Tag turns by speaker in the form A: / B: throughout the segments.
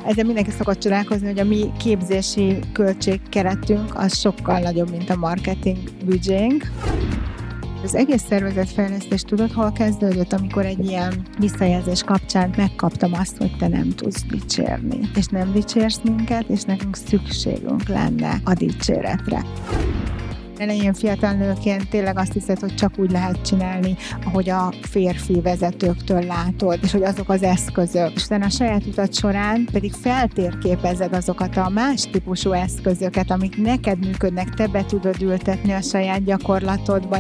A: Ezzel mindenki szokott csodálkozni, hogy a mi képzési költségkeretünk az sokkal nagyobb, mint a marketing büdzsénk. Az egész szervezetfejlesztés tudod, hol kezdődött, amikor egy ilyen visszajelzés kapcsán megkaptam azt, hogy te nem tudsz dicsérni. És nem dicsérsz minket, és nekünk szükségünk lenne a dicséretre. Elején fiatal nőként tényleg azt hiszed, hogy csak úgy lehet csinálni, ahogy a férfi vezetőktől látod, és hogy azok az eszközök. És utána a saját utat során pedig feltérképezed azokat a más típusú eszközöket, amik neked működnek, te be tudod ültetni a saját gyakorlatodba.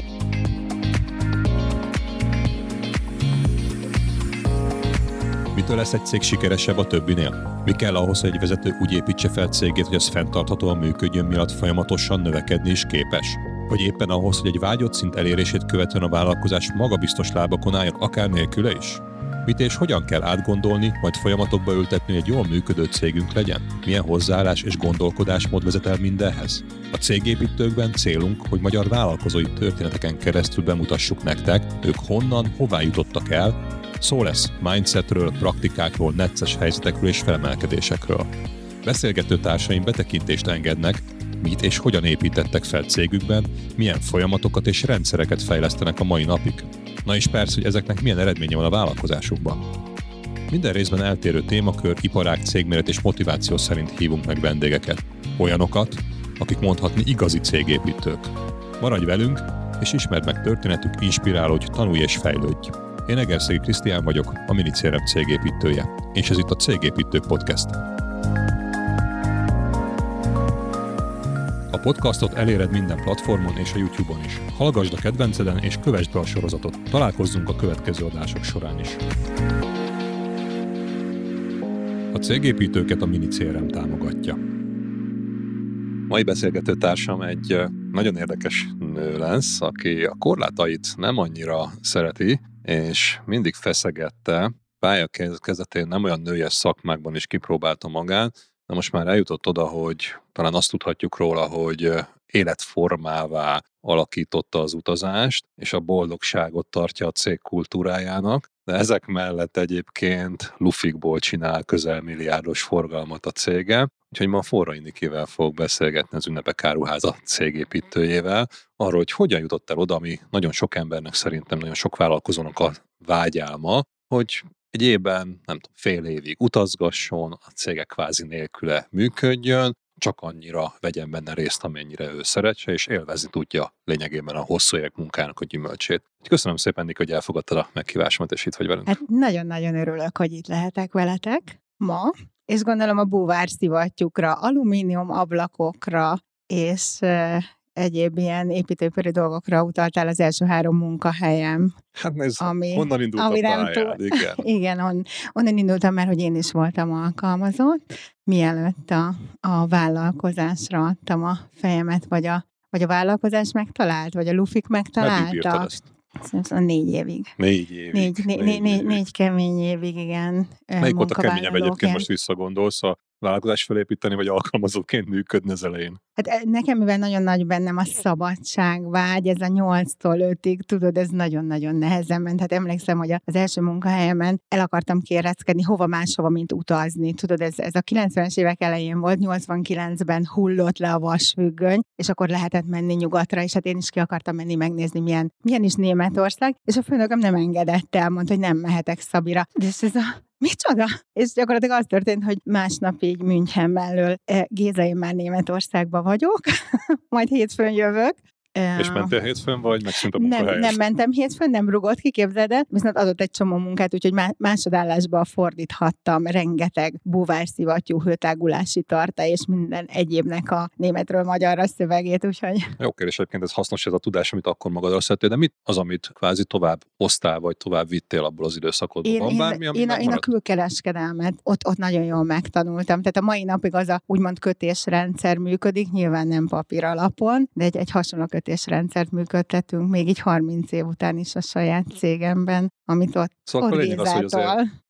B: Mitől lesz egy cég sikeresebb a többinél? Mi kell ahhoz, hogy egy vezető úgy építse fel cégét, hogy az fenntarthatóan működjön, miatt folyamatosan növekedni is képes? Vagy éppen ahhoz, hogy egy vágyott szint elérését követően a vállalkozás magabiztos lábakon álljon, akár nélküle is? Mit és hogyan kell átgondolni, majd folyamatokba ültetni, hogy egy jól működő cégünk legyen? Milyen hozzáállás és gondolkodásmód vezet el mindenhez? A cégépítőkben célunk, hogy magyar vállalkozói történeteken keresztül bemutassuk nektek, ők honnan, hová jutottak el. Szó lesz mindsetről, praktikákról, necces helyzetekről és felemelkedésekről. Beszélgető társaim betekintést engednek, mit és hogyan építettek fel cégükben, milyen folyamatokat és rendszereket fejlesztenek a mai napig. Na és persze, hogy ezeknek milyen eredménye van a vállalkozásukban. Minden részben eltérő témakör, iparág, cégméret és motiváció szerint hívunk meg vendégeket. Olyanokat, akik mondhatni igazi cégépítők. Maradj velünk, és ismerd meg történetük, inspirálódj, tanulj és fejlődj. Én Egerszegi Krisztián vagyok, a Minicérem cégépítője, és ez itt a Cégépítők Podcast. A podcastot eléred minden platformon és a YouTube-on is. Hallgasd a kedvenceden és kövesd be a sorozatot. Találkozzunk a következő adások során is. A cégépítőket a Minicérem támogatja. Mai beszélgető társam egy nagyon érdekes nő lesz, aki a korlátait nem annyira szereti, és mindig feszegette. Pálya kezdetén nem olyan nőies szakmákban is kipróbálta magát, de most már eljutott oda, hogy talán azt tudhatjuk róla, hogy életformává alakította az utazást, és a boldogságot tartja a cég kultúrájának, de ezek mellett egyébként lufikból csinál közel milliárdos forgalmat a cége, úgyhogy ma Forrai Nikivel fogok beszélgetni, az Ünnepek Áruháza cégépítőjével, arról, hogy hogyan jutott el oda, ami nagyon sok embernek, szerintem nagyon sok vállalkozónak a vágyálma, hogy egy évben, nem tudom, fél évig utazgasson, a cége kvázi nélküle működjön, csak annyira vegyen benne részt, amennyire ő szeretse, és élvezni tudja lényegében a hosszú évek munkának a gyümölcsét. Köszönöm szépen, Nik, hogy elfogadtad a meghívásomat, és itt vagy velünk.
A: Hát nagyon-nagyon örülök, hogy itt lehetek veletek ma, és gondolom a búvár szivattyúkra, alumínium ablakokra, és egyéb ilyen építőipari dolgokra utaltál az első 3 munkahelyem.
B: Hát nézd, honnan indult a pályád, igen.
A: Igen, onnan indultam, mert hogy én is voltam alkalmazott, mielőtt a vállalkozásra adtam a fejemet, vagy a vállalkozás megtalált, vagy a lufik megtalálta.
B: Meddig bírtad ezt?
A: Szerintem 4 évig.
B: 4 évig.
A: 4 kemény évig, igen.
B: Melyik volt a keményebb egyébként, most visszagondolsz, a vállalkozás felépíteni, vagy alkalmazóként működni az elején?
A: Hát nekem, mivel nagyon nagy bennem a szabadságvágy, ez a 8-tól 5-ig, tudod, ez nagyon-nagyon nehezen ment. Hát emlékszem, hogy az első munkahelyemen el akartam kéreckedni hova máshova, mint utazni. Tudod, ez a 90-es évek elején volt, 89-ben hullott le a vasfüggöny, és akkor lehetett menni nyugatra, és hát én is ki akartam menni megnézni, milyen is Németország, és a főnököm nem engedett el, mondta, hogy nem mehetek Szabira. És ez micsoda? És gyakorlatilag az történt, hogy másnap így München mellől, Géza, én már Németországban vagyok, majd hétfőn jövök.
B: És mentél hétfőn, vagy megszűnt a munkahely?
A: Nem mentem hétfőn, nem rugott ki, képzeld el, viszont adott egy csomó munkát, úgyhogy másodállásba fordíthattam rengeteg búvárszivattyú, hőtágulási tartály, és minden egyébnek a németről magyarra szövegét, úgyhogy...
B: Jó kérdés, egyébként ez hasznos ez a tudás, amit akkor magadra szedtél, de mit az, amit kvázi tovább hoztál, vagy tovább vittél abból az időszakodból? Van bármi, ami
A: én a külkereskedelmet ott nagyon jól megtanultam. Tehát a mai napig az a úgymond kötésrendszer működik, nyilván nem papír alapon, de egy hasonló kötésrendszert működtetünk még így 30 év után is a saját cégemben, amit ott
B: Szóval
A: Gézától.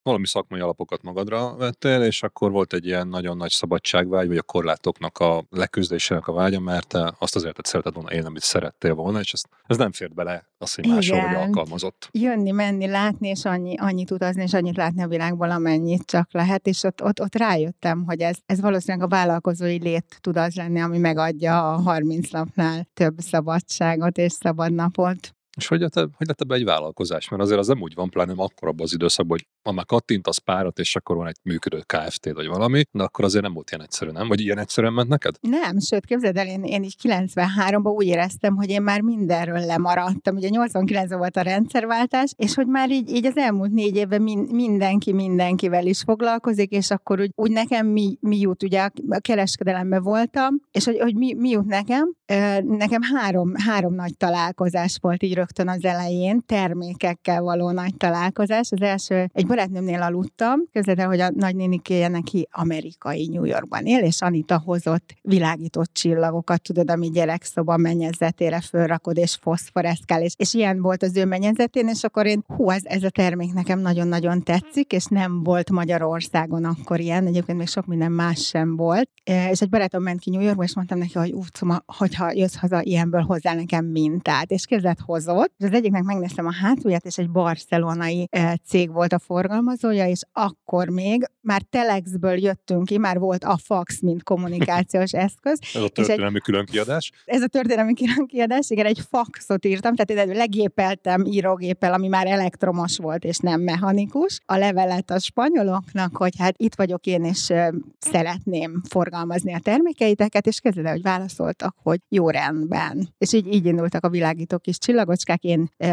B: valami szakmai alapokat magadra vettél, és akkor volt egy ilyen nagyon nagy szabadságvágy, vagy a korlátoknak a leküzdésének a vágya, mert te azt az életet szereted volna élni, amit szerettél volna, és ez nem fért bele azt, hogy máshol vagy alkalmazott.
A: Jönni, menni, látni, és annyit utazni, és annyit látni a világból, amennyit csak lehet, és ott rájöttem, hogy ez valószínűleg a vállalkozói lét tud az lenni, ami megadja a 30 napnál több szabadságot és szabad napot.
B: És hogy lett ebbe egy vállalkozás? Mert azért az nem úgy van, pláne akkor abban az időszakban, hogy ha már kattintasz párat, és akkor van egy működő Kft. Vagy valami, de akkor azért nem volt ilyen egyszerű, nem? Vagy ilyen egyszerűen ment neked?
A: Nem, sőt, képzeld el, én így 93-ban úgy éreztem, hogy én már mindenről lemaradtam. Ugye 89-ben volt a rendszerváltás, és hogy már így az elmúlt 4 évben mindenki mindenkivel is foglalkozik, és akkor úgy nekem mi jut, ugye a kereskedelemben voltam, és hogy mi jut nekem? Nekem három nagy találkozás volt így rögtön az elején, termékekkel való nagy találkozás. Az első, egy barátnőmnél aludtam, képzeld el, hogy a nagynénikéje neki amerikai New Yorkban él, és Anita hozott világított csillagokat, tudod, ami gyerekszoba mennyezetére fölrakod, és foszforeszkál, és ilyen volt az ő mennyezetén, és akkor én, ez a termék nekem nagyon-nagyon tetszik, és nem volt Magyarországon akkor ilyen, egyébként még sok minden más sem volt. És egy barátom ment ki New Yorkba, és mondtam neki, hogy hogyha jössz haza, ilyenből hozzá nekem mintát, és képzeld, hozott. És az egyiknek megnéztem a hátulját, és egy barcelonai cég volt a forgalmazója, és akkor még már telexből jöttünk ki, már volt a fax, mint kommunikációs eszköz.
B: Ez a történelmi különkiadás?
A: Ez a történelmi különkiadás, igen, egy faxot írtam, tehát én legépeltem írógéppel, ami már elektromos volt, és nem mechanikus, a levelet a spanyoloknak, hogy hát itt vagyok én, és szeretném forgalmazni a termékeiteket, és kezdve, hogy válaszoltak, hogy jó, rendben. És így indultak a világító kis csillagocskák.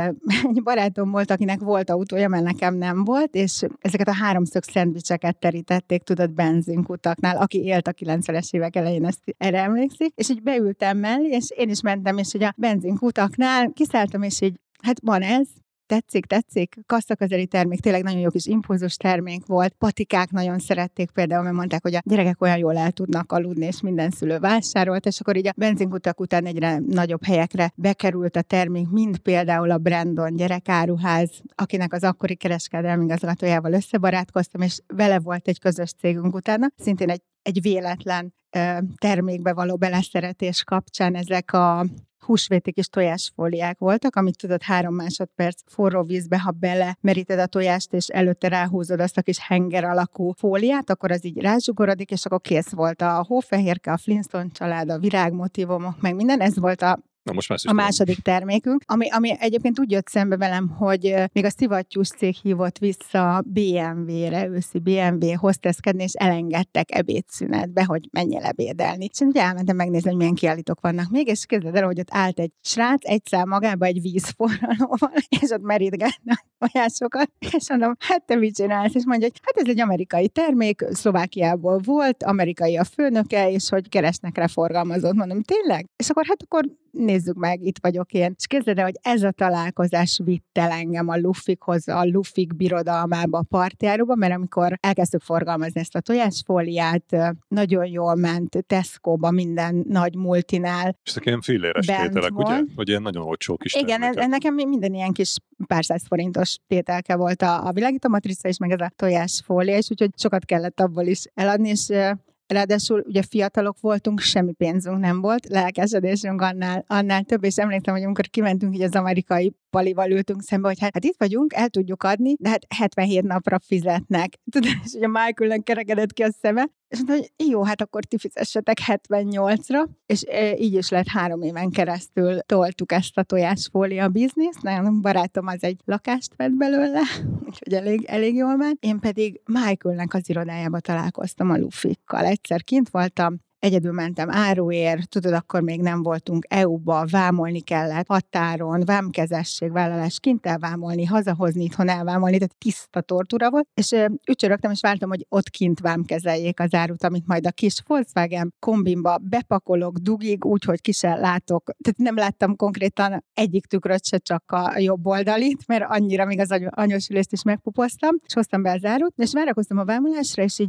A: Egy barátom volt, akinek volt autója, mert nekem nem volt, és ezeket a 3-szög szendvicseket terítették, tudod, benzinkutaknál, aki élt a 90-es évek elején, ezt erre emlékszik, és így beültem mellé, és én is mentem, és hogy a benzinkutaknál kiszálltam, és így, hát van ez, tetszik, kasszaközeli termék, tényleg nagyon jó kis impulzus termék volt, patikák nagyon szerették például, mert mondták, hogy a gyerekek olyan jól el tudnak aludni, és minden szülő vásárolt, és akkor így a benzinkutak után egyre nagyobb helyekre bekerült a termék, mint például a Brandon gyerekáruház, akinek az akkori kereskedelmi igazgatójával összebarátkoztam, és vele volt egy közös cégünk utána, szintén egy véletlen termékbe való beleszeretés kapcsán ezek a húsvéti kis tojásfóliák voltak, amit tudod 3 másodperc forró vízbe, ha belemeríted a tojást, és előtte ráhúzod azt a kis henger alakú fóliát, akkor az így rázsugorodik, és akkor kész volt a hófehérke, a Flintstone család, a virágmotívumok, meg minden, ez volt a második termékünk, ami egyébként úgy jött szembe velem, hogy még a szivattyús cég hívott vissza BMW-re, őszi BMW hozteszkedni, és elengedtek ebédszünetbe, hogy menjél ebédelni. És én ugye elmentem megnézni, hogy milyen kiállítók vannak még, és képzeld el, hogy ott állt egy srác, egyszál magába egy vízforralóval, és ott merítgetne tojásokat, és mondom, hát te mit csinálsz? És mondja, hogy hát ez egy amerikai termék, Szlovákiából volt, amerikai a főnöke, és hogy keresnek rá forgalmazót. Mondom, tényleg? És akkor nézzük meg, itt vagyok én. És képzeld el, hogy ez a találkozás vitt el engem a Lufikhoz, a Lufik birodalmába, a partjáróba, mert amikor elkezdtük forgalmazni ezt a tojásfóliát, nagyon jól ment Tesco-ba, minden nagy multinál.
B: És ezek ilyen filléres tételek, ugye? Vagy ilyen nagyon olcsó kis termékek.
A: Igen, nekem minden ilyen kis pár száz forintos tételke volt a világító matrica is, meg ez a tojásfólia, és úgyhogy sokat kellett abból is eladni, és ráadásul ugye fiatalok voltunk, semmi pénzünk nem volt, lelkesedésünk annál több, és emlékszem, hogy amikor kimentünk így az amerikai palival ültünk szembe, hogy hát itt vagyunk, el tudjuk adni, de hát 77 napra fizetnek. Tudod, és ugye Michaelnek kerekedett ki a szeme, és mondta, hogy jó, hát akkor ti fizessetek 78-ra, és így is lett 3 éven keresztül toltuk ezt a tojásfólia bizniszt, nagyon barátom az egy lakást vett belőle, úgyhogy elég jól ment. Én pedig Michaelnek az irodájába találkoztam a Lufikkal. Egyszer kint voltam, egyedül mentem áruért, tudod, akkor még nem voltunk EU-ba, vámolni kellett határon, vámkezesség, vállalás, kint elvámolni, hazahozni, itthon elvámolni, tehát tiszta tortúra volt, és ücsörögtem, és vártam, hogy ott kint vámkezeljék az árut, amit majd a kis Volkswagen kombinba bepakolok dugig, úgyhogy ki sem látok, tehát nem láttam konkrétan egyik tükröt se, csak a jobb oldalit, mert annyira még az anyósülést is megpupoztam, és hoztam be az árut, és várakoztam a vámolásra, és így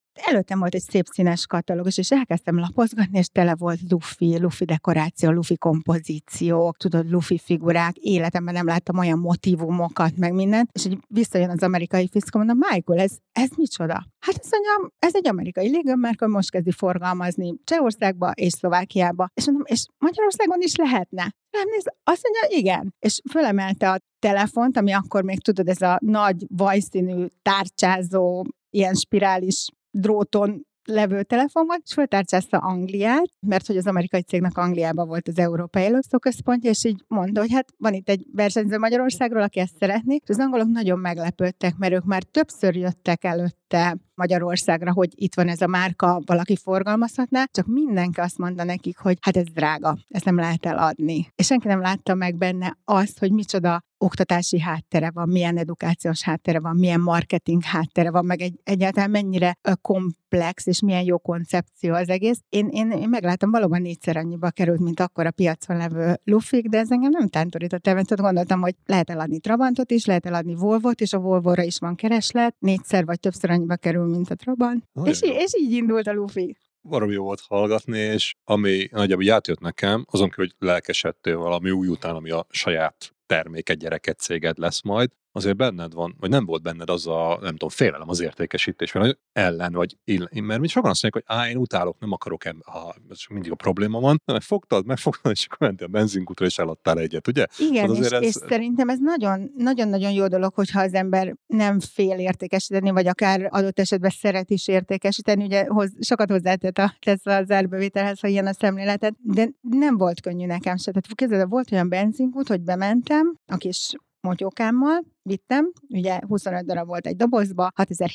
A: Előttem volt egy szép színes katalógus, és elkezdtem lapozgatni, és tele volt lufi dekoráció, lufi kompozíciók, tudod, lufi figurák, életemben nem láttam olyan motívumokat, meg mindent, és így visszajön az amerikai fiszkó, mondom, Michael, ez micsoda? Hát azt mondja, ez egy amerikai légionmárka, most kezdi forgalmazni Csehországba és Szlovákiába, és mondom, és Magyarországon is lehetne. Nézd, azt mondja, igen. És fölemelte a telefont, ami akkor még tudod, ez a nagy vajszínű tárcsázó, ilyen spirális dróton levő telefon volt, és föltárcsázta Angliát, mert hogy az amerikai cégnek Angliában volt az európai elosztóközpontja, és így mondta, hogy hát van itt egy versenyző Magyarországról, aki ezt szeretné, és az angolok nagyon meglepődtek, mert ők már többször jöttek előtte Magyarországra, hogy itt van ez a márka, valaki forgalmazhatná, csak mindenki azt mondta nekik, hogy hát ez drága, ezt nem lehet eladni. És senki nem látta meg benne azt, hogy micsoda oktatási háttere van, milyen edukációs háttere van, milyen marketing háttere van, meg egyáltalán mennyire komplex, és milyen jó koncepció az egész. Én megláttam, valóban 4-szer annyiba került, mint akkor a piacon levő lufik, de ez engem nem tántorított el, mert gondoltam, hogy lehet eladni Trabantot is, lehet eladni Volvot, és a Volvóra is van kereslet, 4-szer vagy többször annyiba kerül, mint a Trabant. És így indult a lufi.
B: Valami jó volt hallgatni, és ami nagyjából átjött nekem, azon kívül, hogy lelkesedtél valami új után, ami a saját terméket, gyereket céged lesz majd, azért benned van, vagy nem volt benned az a, nem tudom, félelem az értékesítés, vagy ellen, vagy mert sokan azt mondják, hogy én utálok, nem akarok mindig a probléma van, de megfogtad, és akkor mentél a benzinkútra, és eladtál egyet, ugye?
A: Igen, és szerintem ez nagyon-nagyon jó dolog, hogyha az ember nem fél értékesíteni, vagy akár adott esetben szeret is értékesíteni, ugye sokat hozzátett az árbevételhez, ha ilyen a szemléleted, de nem volt könnyű nekem se. Tehát képzeld, volt olyan benzinkút, hogy bementem a kis motyókámmal, vittem, ugye 25 darab volt egy dobozba,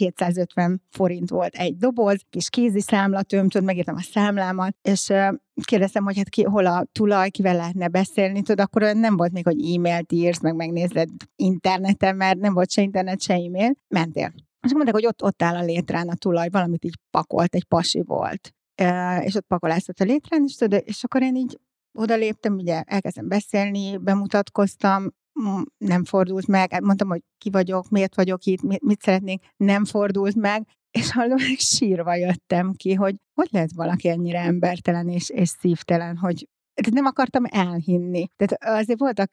A: 6750 forint volt egy doboz, kis kézi számlatöm, tudod, megírtam a számlámat, és kérdeztem, hogy hát hol a tulaj, kivel lehetne beszélni, tudod, akkor nem volt még, hogy e-mailt írsz, meg megnézed interneten, mert nem volt se internet, se e-mail, mentél. És mondták, hogy ott áll a létrán a tulaj, valamit így pakolt, egy pasi volt. És ott pakolászott a létrán, és akkor én így odaléptem, ugye elkezdtem beszélni, bemutatkoztam, nem fordult meg, mondtam, hogy ki vagyok, miért vagyok itt, mit szeretnék, nem fordult meg, és hallom, hogy sírva jöttem ki, hogy lehet valaki ennyire embertelen és szívtelen, hogy nem akartam elhinni. Tehát azért voltak,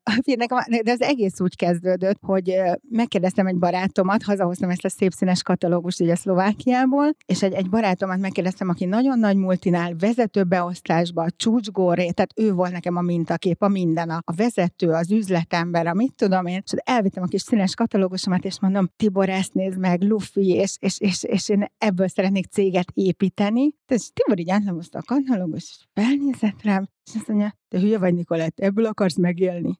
A: de az egész úgy kezdődött, hogy megkérdeztem egy barátomat, hazahoztam ezt a szép színes katalógust ugye Szlovákiából, és egy barátomat megkérdeztem, aki nagyon nagy multinál, vezetőbeosztásban, csúcsgóré, tehát ő volt nekem a mintakép, a minden, a vezető, az üzletember, amit tudom én, és elvittem a kis színes katalógusomat, és mondom, Tibor, ezt nézd meg, lufi, és én ebből szeretnék céget építeni. Tehát Tibor így átlapozta a katalógust, és felnézett rám, és azt mondja, te hülye vagy, Nikolett, ebből akarsz megélni?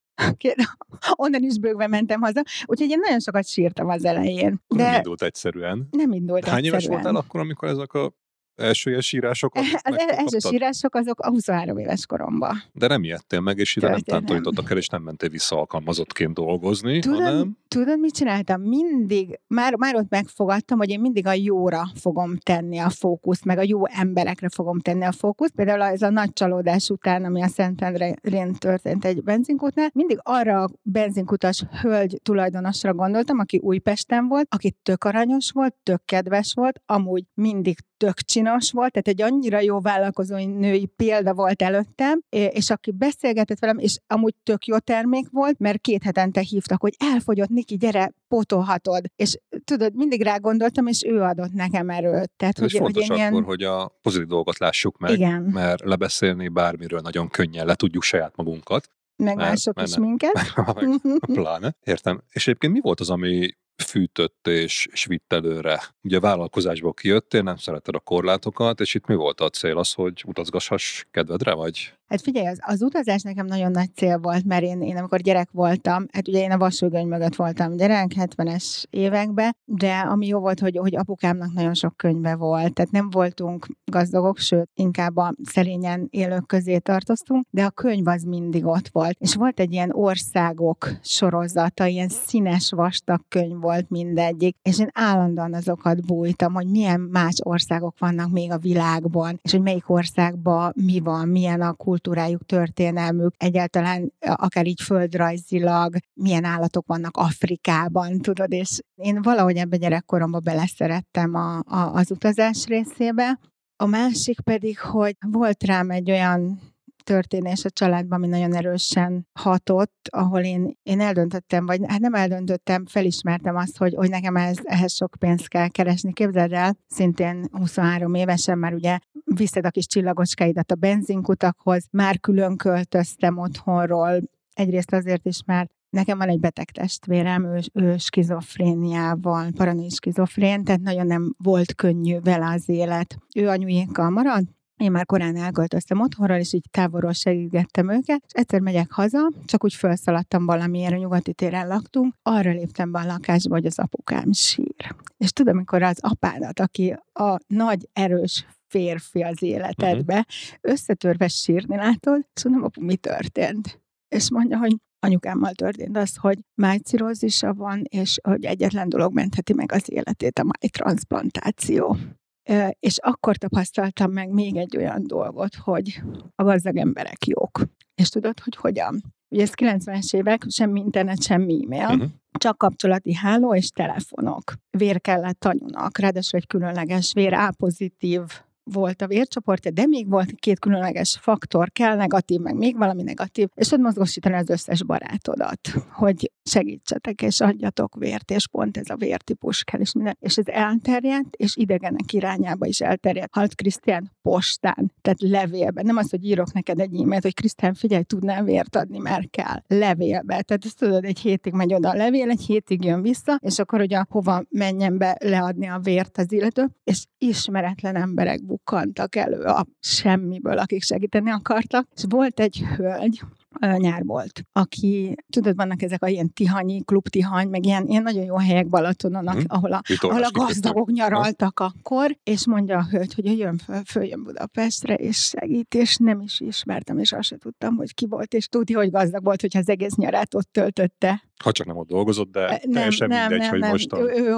A: Onnan is bőgve mentem haza, úgyhogy én nagyon sokat sírtam az elején. De
B: nem indult egyszerűen.
A: Nem indult egyszerűen.
B: Hány éves voltál akkor, amikor ezek a első ilyen sírások?
A: Az első sírások azok a 23 éves koromban.
B: De nem ijedtél meg, és ide nem tántorítottak el, és nem mentél vissza alkalmazottként dolgozni, hanem...
A: Tudod, mit csináltam? Mindig, már ott megfogadtam, hogy én mindig a jóra fogom tenni a fókuszt, meg a jó emberekre fogom tenni a fókuszt. Például ez a nagy csalódás után, ami a Szentendrén történt egy benzinkútnál, mindig arra a benzinkutas hölgy tulajdonosra gondoltam, aki Újpesten volt, aki tök aranyos volt, tök kedves volt, amúgy mindig tök csinos volt, tehát egy annyira jó vállalkozói női példa volt előttem, és aki beszélgetett velem, és amúgy tök jó termék volt, mert 2 hetente hívtak, hogy elfogyott, Niki, gyere, pótolhatod. És tudod, mindig rá gondoltam, és ő adott nekem erőt. Tehát,
B: és fontos akkor, hogy a pozitív dolgot lássuk meg, igen. Mert lebeszélni bármiről nagyon könnyen le tudjuk saját magunkat.
A: Meg mások is minket.
B: Pláne. Értem. És egyébként mi volt az, ami fűtött és vitt előre? Ugye a vállalkozásból kijöttél, nem szereted a korlátokat, és itt mi volt a cél? Az, hogy utazgassass kedvedre, vagy?
A: Hát figyelj, az utazás nekem nagyon nagy cél volt, mert én amikor gyerek voltam, hát ugye én a vasfüggöny mögött voltam gyerek, 70-es években, de ami jó volt, hogy apukámnak nagyon sok könyve volt, tehát nem voltunk gazdagok, sőt, inkább a szerényen élők közé tartoztunk, de a könyv az mindig ott volt. És volt egy ilyen országok sorozata, ilyen színes vastag könyv volt mindegyik, és én állandóan azokat bújtam, hogy milyen más országok vannak még a világban, és hogy melyik országban mi van, milyen a kultúrájuk, történelmük, egyáltalán akár így földrajzilag, milyen állatok vannak Afrikában, tudod, és én valahogy ebbe gyerekkoromban beleszerettem az utazás részébe. A másik pedig, hogy volt rám egy olyan történés a családban, ami nagyon erősen hatott, ahol én eldöntöttem, vagy hát nem eldöntöttem, felismertem azt, hogy nekem ehhez sok pénzt kell keresni. Képzeld el, szintén 23 évesen már ugye viszed a kis csillagocskáidat a benzinkutakhoz, már külön költöztem otthonról, egyrészt azért is, mert nekem van egy beteg testvérem, ő skizofréniával, paranoid skizofrén, tehát nagyon nem volt könnyű vele az élet. Ő anyujékkal maradt, én már korán elköltöztem otthonról, és így távolról segítgettem őket, és egyszer megyek haza, csak úgy felszaladtam valamiért, a Nyugati téren laktunk, arra léptem be a lakásba, hogy az apukám sír. És tudom, amikor az apádat, aki a nagy, erős férfi az életedbe, összetörve sírni látod, és mondom, apu, mi történt? És mondja, hogy anyukámmal történt az, hogy májcirózisa van, és hogy egyetlen dolog mentheti meg az életét, a májtranszplantáció. És akkor tapasztaltam meg még egy olyan dolgot, hogy a gazdag emberek jók. És tudod, hogy hogyan? Ugye ez 90-es évek, semmi internet, semmi e-mail, csak kapcsolati háló és telefonok. Vér kellett anyunak, ráadásul egy különleges vér, A-pozitív volt a vércsoportja, de még volt 2 különleges faktor, kell negatív, meg még valami negatív, és ott mozgósítani az összes barátodat, hogy segítsetek, és adjatok vért, és pont ez a vértípus kell, és minden. És ez elterjedt, és idegenek irányába is elterjedt. Halt Krisztián, postán, tehát levélben. Nem az, hogy írok neked egy e-mailt, hogy Krisztián, figyelj, tudnál vért adni, mert kell. Levélbe. Tehát ezt tudod, egy hétig megy oda a levél, egy hétig jön vissza, és akkor, hogy hova menjen be leadni a vért az illető, és ismeretlen emberek bukkantak elő a semmiből, akik segíteni akartak. És volt egy hölgy, nyár volt, aki, tudod, vannak ezek a ilyen tihanyi, klub tihany, meg ilyen nagyon jó helyek Balatonon, ahol a gazdagok nyaraltak akkor, és mondja a hölgy, hogy följön Budapestre, és segít, és nem is ismertem, és azt se tudtam, hogy ki volt, és tudja, hogy gazdag volt, hogyha az egész nyarát ott töltötte.
B: Ha csak nem ott dolgozott, de teljesen mindegy, hogy most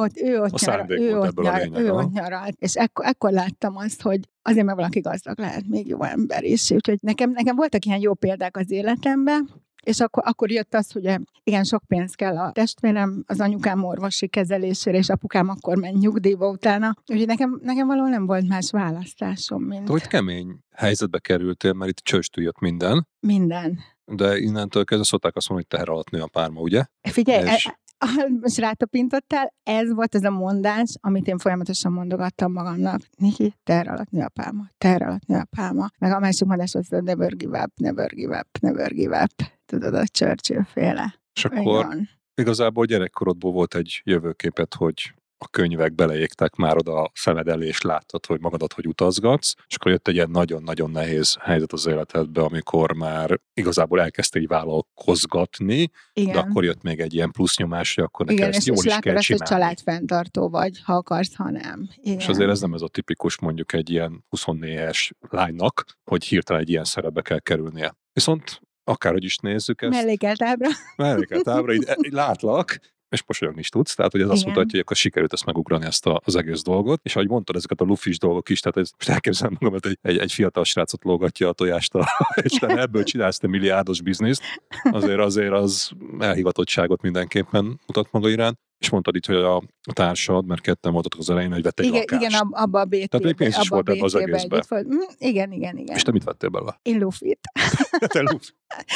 A: ő ott nyaralt. És ekkor láttam azt, hogy azért, mert valaki gazdag lehet még jó ember is. Úgyhogy nekem voltak ilyen jó példák az életemben, és akkor jött az, hogy igen, sok pénz kell a testvérem, az anyukám orvosi kezelésére, és apukám akkor ment nyugdíjba utána. Úgyhogy nekem valahol nem volt más választásom, mint...
B: Hogy kemény helyzetbe kerültél, mert itt csőstül jött minden.
A: Minden.
B: De innentől kezdve szokták azt mondani, hogy teher alatt nő a párma, ugye?
A: Figyelj, most rátapintottál, ez volt ez a mondás, amit én folyamatosan mondogattam magamnak. Niki, teher alatt nő a pálma, teher alatt nő a pálma. Meg a másik mondás az, hogy never give up, never give up, never give up. Tudod, a Churchill-féle.
B: És akkor igazából gyerekkorodból volt egy jövőképet, hogy a könyvek beleégtek már oda a szemed elé, és láttad, hogy magadat, hogy utazgatsz, és akkor jött egy ilyen nagyon-nagyon nehéz helyzet az életedbe, amikor már igazából elkezdtél így vállalkozgatni, igen. De akkor jött még egy ilyen plusz nyomás, hogy akkor neked ezt jól is kell csinálni. Igen, és
A: családfenntartó vagy, ha akarsz, ha nem. Igen.
B: És azért ez nem ez a tipikus mondjuk egy ilyen 24-es lánynak, hogy hirtelen egy ilyen szerepbe kell kerülnie. Viszont akárhogy is nézzük ezt. Mellékelt ábra, így látlak, és mosolyogni is tudsz, tehát hogy ez azt mutatja, hogy akkor sikerült ezt megugrani, ezt az egész dolgot, és ahogy mondtad, ezeket a lufis dolgok is, tehát most elképzelem magam, hogy egy fiatal srácot lógatja a tojást, és te ebből csinálsz te milliárdos bizniszt, azért az elhivatottságot mindenképpen mutat maga iránt. És mondtad itt, hogy a társad, mert ketten voltatok az elején, hogy vett egy lakást.
A: Igen, abba a BT-be.
B: Tehát még pénz is volt ebbe az egészbe.
A: Igen.
B: És te mit vettél bele?
A: Én lufit.
B: Te lufit.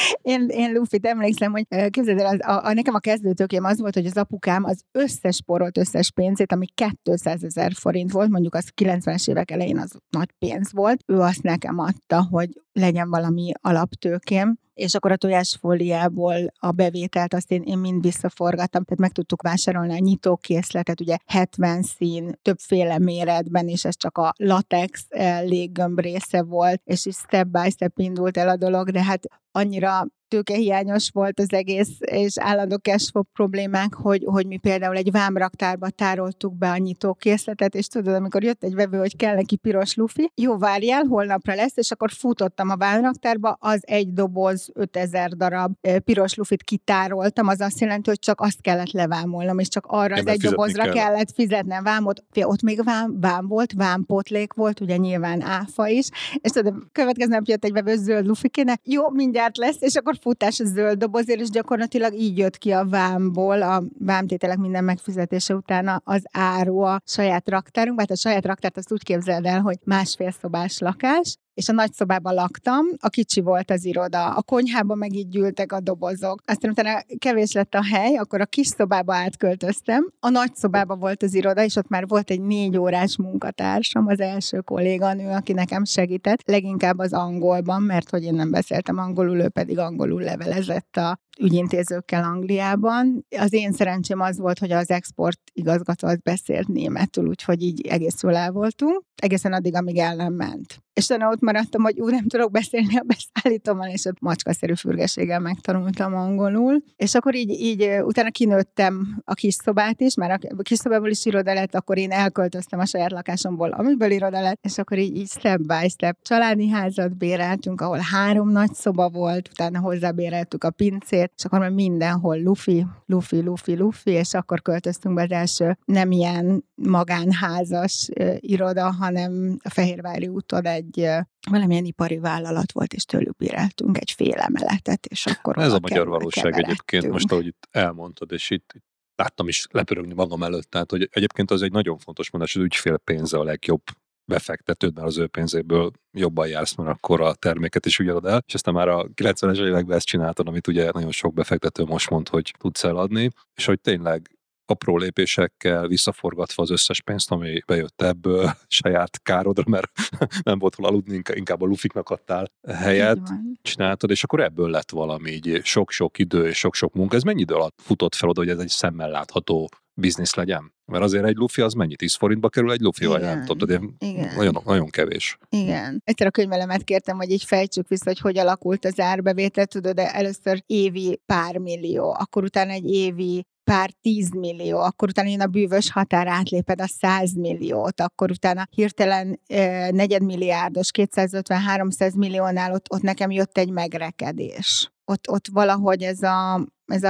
A: Én lufit, emlékszem, hogy képzeld el, nekem a kezdőtökém az volt, hogy az apukám az összes porolt összes pénzét, ami 200 000 forint volt, mondjuk az 90-es évek elején az nagy pénz volt, ő azt nekem adta, hogy legyen valami alaptőkém, és akkor a tojásfóliából a bevételt azt én mind visszaforgattam, tehát meg tudtuk vásárolni a nyitókészletet, ugye 70 szín, többféle méretben, és ez csak a latex léggömb része volt, és így step by step indult el a dolog, de hát annyira tőkehiányos volt az egész, és állandó cashflow problémák, hogy mi például egy vámraktárba tároltuk be a nyitókészletet, és tudod, amikor jött egy vevő, hogy kell neki piros lufi, jó, várjál, holnapra lesz, és akkor futottam a vámraktárba, az egy doboz 5000 darab piros lufit kitároltam, az azt jelenti, hogy csak azt kellett levámolnom, és csak arra az egy dobozra kellett fizetnem vámot. Ott még vám volt, vámpótlék volt, ugye nyilván áfa is, és tudod, következő nap jött egy vevő zöld lufikének, jó, mindjárt lesz, és akkor futás a zöld dobozért, és gyakorlatilag így jött ki a vámból, a vámtételek minden megfizetése után az áru a saját raktárunkban. Hát a saját raktárt azt úgy képzeld el, hogy 1,5 szobás lakás, és a nagy szobában laktam, a kicsi volt az iroda, a konyhában meg így gyűltek a dobozok. Aztán utána kevés lett a hely, akkor a kis szobába átköltöztem, a nagy szobában volt az iroda, és ott már volt egy 4 órás munkatársam, az első kolléganő, aki nekem segített, leginkább az angolban, mert hogy én nem beszéltem angolul, ő pedig angolul levelezett a ügyintézőkkel Angliában. Az én szerencsém az volt, hogy az export igazgató az beszélt németül, úgyhogy így egész jól el voltunk, egészen addig, amíg el nem ment. És utána ott maradtam, hogy nem tudok beszélni a beszállítóval, és ott macskaszerű fürgeséggel megtanultam angolul. És akkor így utána kinőttem a kis szobát is, már a kis szobából is iroda lett, akkor én elköltöztem a saját lakásomból, amiből iroda lett, és akkor így step by step családi házat béreltünk, ahol 3 nagy szoba volt, utána hozzábéreltük a pincét, és akkor már mindenhol lufi, és akkor költöztünk be az első nem ilyen magánházas iroda, hanem a Fehérvári úton egy valamilyen ipari vállalat volt, és tőlük béreltünk egy fél emeletet, és akkor
C: ez a magyar valóság egyébként, most ahogy itt elmondtad, és itt láttam is lepörögni magam előtt, tehát hogy egyébként az egy nagyon fontos mondás, hogy az ügyfél pénze a legjobb befektetőd, mert az ő pénzéből jobban jársz, mert akkor a terméket is ugyanad el, és aztán már a 90-es években ezt csináltad, amit ugye nagyon sok befektető most mond, hogy tudsz eladni, és hogy tényleg apró lépésekkel visszaforgatva az összes pénzt, ami bejött ebből saját károdra, mert nem volt hol aludni, inkább a lufiknak adtál helyet, csináltad, és akkor ebből lett valami így sok-sok idő és sok-sok munka. Ez mennyi idő alatt futott fel oda, hogy ez egy szemmel látható biznisz legyen? Mert azért egy lufi az mennyi? 10 forintba kerül egy lufi, vagy nem tudom, nagyon, nagyon kevés.
A: Igen. Egyszer a könyvelemet kértem, hogy így fejtsük vissza, hogy árbevétel, árbevétel, tudod, de először évi pár millió, akkor utána egy évi pár 10 millió, akkor utána jön a bűvös határ, átléped a 100 milliót, akkor utána hirtelen negyedmilliárdos, 250-300 milliónál ott nekem jött egy megrekedés. Ott valahogy ez a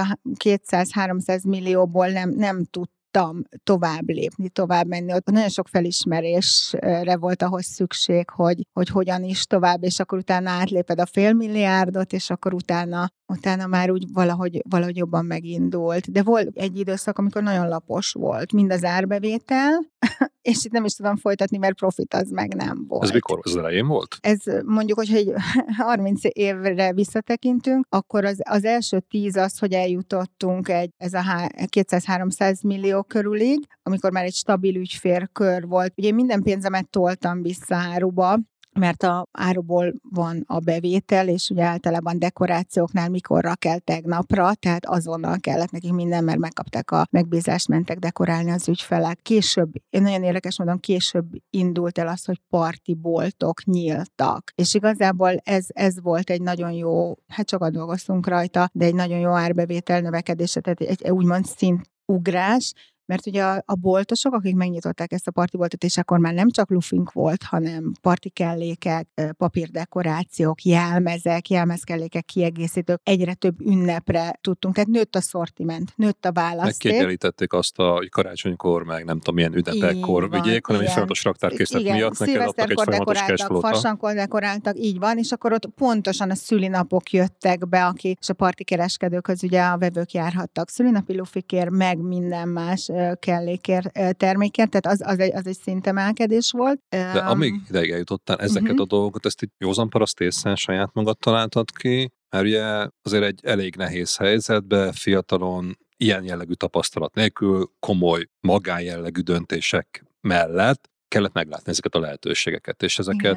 A: 200-300 millióból nem tudtam tovább lépni, tovább menni. Ott nagyon sok felismerésre volt ahhoz szükség, hogy hogyan is tovább, és akkor utána átléped a 500 milliót, és akkor utána már úgy valahogy jobban megindult. De volt egy időszak, amikor nagyon lapos volt, mind az árbevétel, és itt nem is tudom folytatni, mert profit az meg nem volt.
C: Ez mikor? Az elején volt?
A: Ez mondjuk, hogy 30 évre visszatekintünk, akkor az első 10 az, hogy eljutottunk ez a 200-300 millió körülig, amikor már egy stabil ügyfélkör volt. Ugye minden pénzemet toltam vissza áruba, mert a áruból van a bevétel, és ugye általában dekorációknál mikorra kell tegnapra, tehát azonnal kellett nekik minden, mert megkapták a megbízást, mentek dekorálni az ügyfelek. Később, én nagyon érdekes módon később indult el az, hogy partiboltok nyíltak. És igazából ez volt egy nagyon jó, hát sokat dolgoztunk rajta, de egy nagyon jó árbevétel növekedése, tehát egy úgymond szintugrás, mert ugye a boltosok, akik megnyitották ezt a partiboltot, és akkor már nem csak lufink volt, hanem partikellékek, papírdekorációk, jelmezkellékek, kiegészítők, egyre több ünnepre tudtunk, tehát nőtt a szortiment, nőtt a választék.
C: Megkiegyenlítették azt, hogy karácsonykor, meg nem tudom, milyen ünnepekkor vigyék, hanem egy folyamatos raktárkészlet miatt neked adtak egy folyamatos cashflow-t. Farsankor dekoráltak, így van, és akkor ott pontosan a szülinapok jöttek be, és a partikereskedőkhöz ugye a vevők járhattak szülinapi lufikért, meg minden más kellékért, termékért, tehát az egy szintemelkedés volt. De amíg ideig eljutottál ezeket a dolgokat, ezt így józan paraszt észre saját magad találtad ki, mert ugye azért egy elég nehéz helyzetbe, fiatalon, ilyen jellegű tapasztalat nélkül, komoly magánjellegű döntések mellett kellett meglátni ezeket a lehetőségeket, és ezeket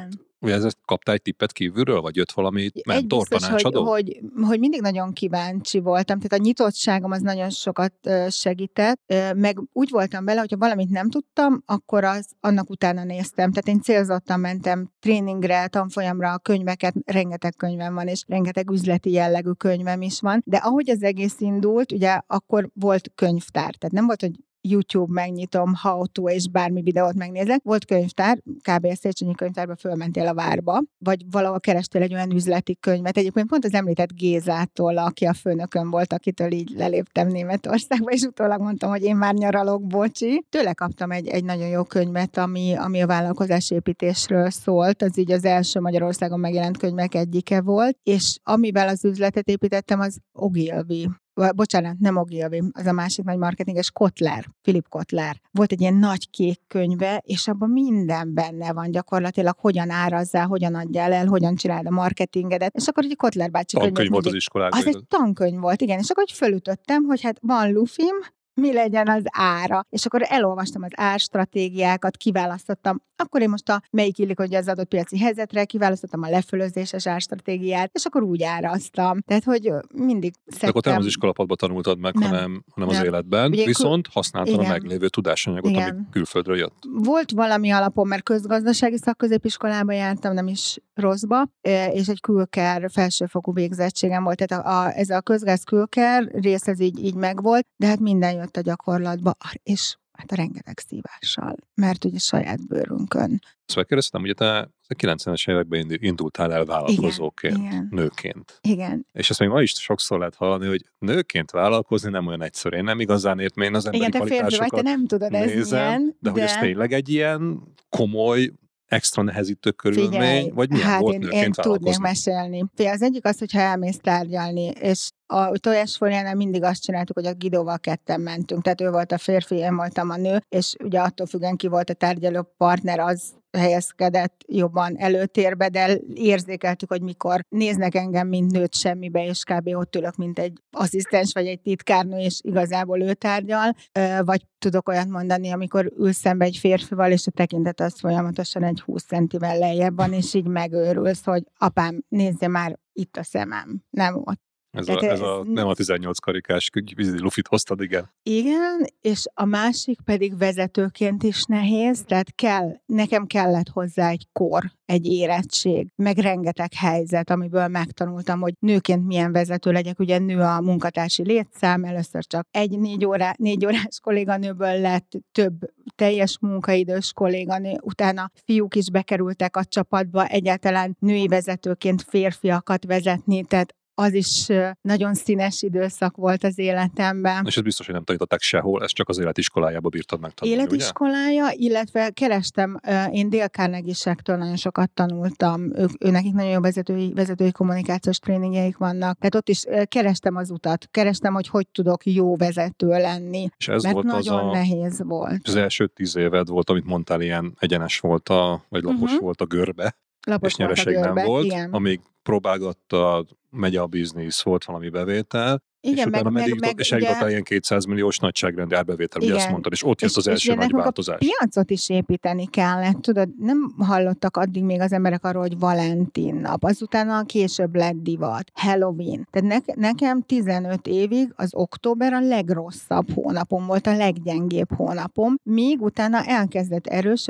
C: Ugye ezt kaptál egy tippet kívülről, vagy jött valami mentor, tanácsadó?
A: Hogy mindig nagyon kíváncsi voltam, tehát a nyitottságom az nagyon sokat segített, meg úgy voltam bele, hogyha valamit nem tudtam, akkor annak utána néztem. Tehát én célzottan mentem tréningre, tanfolyamra, könyveket, rengeteg könyvem van, és rengeteg üzleti jellegű könyvem is van, de ahogy az egész indult, ugye akkor volt könyvtár, tehát nem volt, hogy YouTube megnyitom, how to, és bármi videót megnézek. Volt könyvtár, kb. A Széchenyi könyvtárba fölmentél a várba, vagy valahol kerestél egy olyan üzleti könyvet. Egyébként pont az említett Gézától, aki a főnökön volt, akitől így leléptem Németországba, és utólag mondtam, hogy én már nyaralok, bocsi. Tőle kaptam egy nagyon jó könyvet, ami a vállalkozásépítésről szólt. Az így az első Magyarországon megjelent könyvek egyike volt, és amivel az üzletet építettem, az Ogilvy. Bocsánat, nem Ogilvy, az a másik nagy marketinges, Kotler, Philip Kotler. Volt egy ilyen nagy kék könyve, és abban minden benne van gyakorlatilag, hogyan árazzál, hogyan adjál el, hogyan csináld a marketingedet. És akkor egy Kotler bácsi
C: tankönyv volt az iskolában.
A: Az egy tankönyv volt, igen. És akkor fölütöttem, hogy hát van lufim, mi legyen az ára. És akkor elolvastam az árstratégiákat, kiválasztottam. Akkor én most melyik illik, hogy az adott piaci helyzetre, kiválasztottam a lefölözéses árstratégiát, és akkor úgy áraztam. Tehát, hogy mindig szedtem.
C: Akkor te nem az iskolapadban tanultad meg, hanem az életben. Ugye, viszont használtad a meglévő tudásanyagot, ami külföldről jött.
A: Volt valami alapom, mert közgazdasági szakközépiskolába jártam, nem is rosszba, és egy külker felsőfokú végzettségem volt. Tehát ez a közgáz-külker rész, ez így megvolt, de hát minden jött a gyakorlatba, és hát a rengeteg szívással, mert ugye saját bőrünkön.
C: Szóval kérdeztem, hogy te a 90-es években indultál el vállalkozóként, igen. Nőként.
A: Igen.
C: És ezt még ma is sokszor lehet hallani, hogy nőként vállalkozni nem olyan egyszerű. Én nem igazán értem, én az emberi kvalitásokat
A: vagy, te nem tudod,
C: nézem,
A: ez milyen,
C: de hogy ez tényleg egy ilyen komoly, extra nehezítő körülmény, vagy milyen volt nőként
A: vállalkozni?
C: Én
A: tudnék mesélni. Az egyik az, hogyha elmész tárgyalni, és a tojásfóliánál mindig azt csináltuk, hogy a Guidóval ketten mentünk, tehát ő volt a férfi, én voltam a nő, és ugye attól függően ki volt a tárgyaló partner, az helyezkedett jobban előtérbe, de érzékeltük, hogy mikor néznek engem, mint nőt semmibe, és kb. Ott ülök, mint egy asszisztens, vagy egy titkárnő, és igazából ő tárgyal, vagy tudok olyat mondani, amikor ülsz szembe egy férfival, és a tekintet az folyamatosan egy 20 centivel lejjebb van, és így megőrülsz, hogy apám, nézze már itt a szemem, nem ott.
C: Nem a 18 karikás lufit hoztad, igen.
A: Igen, és a másik pedig vezetőként is nehéz, tehát nekem kellett hozzá egy kor, egy érettség, meg rengeteg helyzet, amiből megtanultam, hogy nőként milyen vezető legyek. Ugye nő a munkatársi létszám, először csak egy 4 órás kolléganőből lett több teljes munkaidős kolléganő, utána fiúk is bekerültek a csapatba, egyáltalán női vezetőként férfiakat vezetni, tehát az is nagyon színes időszak volt az életemben. És
C: ez biztos, hogy nem tanították sehol, ezt csak az életiskolájába bírtad megtanulni,
A: életiskolája, ugye? Illetve kerestem, én Dale Carnegie-sektől nagyon sokat tanultam, nekik nagyon jó vezetői kommunikációs tréningjeik vannak, tehát ott is kerestem az utat, kerestem, hogy tudok jó vezető lenni, és ez mert volt nagyon nehéz volt.
C: Az első 10 éved volt, amit mondtál, ilyen egyenes volt, vagy lapos volt a görbe.
A: Lapos
C: és nyereség nem volt,
A: igen.
C: Amíg próbálgatta, megy a biznisz, volt valami bevétel,
A: igen,
C: és utána és eljutottál ilyen 200 milliós nagyságrendi árbevétel, ugye azt mondtad, és ott jött az első nagy változás.
A: A piacot is építeni kellett, tudod, nem hallottak addig még az emberek arról, hogy Valentin nap, azután később lett divat, Halloween. Tehát nekem 15 évig az október a legrosszabb hónapom volt, a leggyengébb hónapom, míg utána elkezdett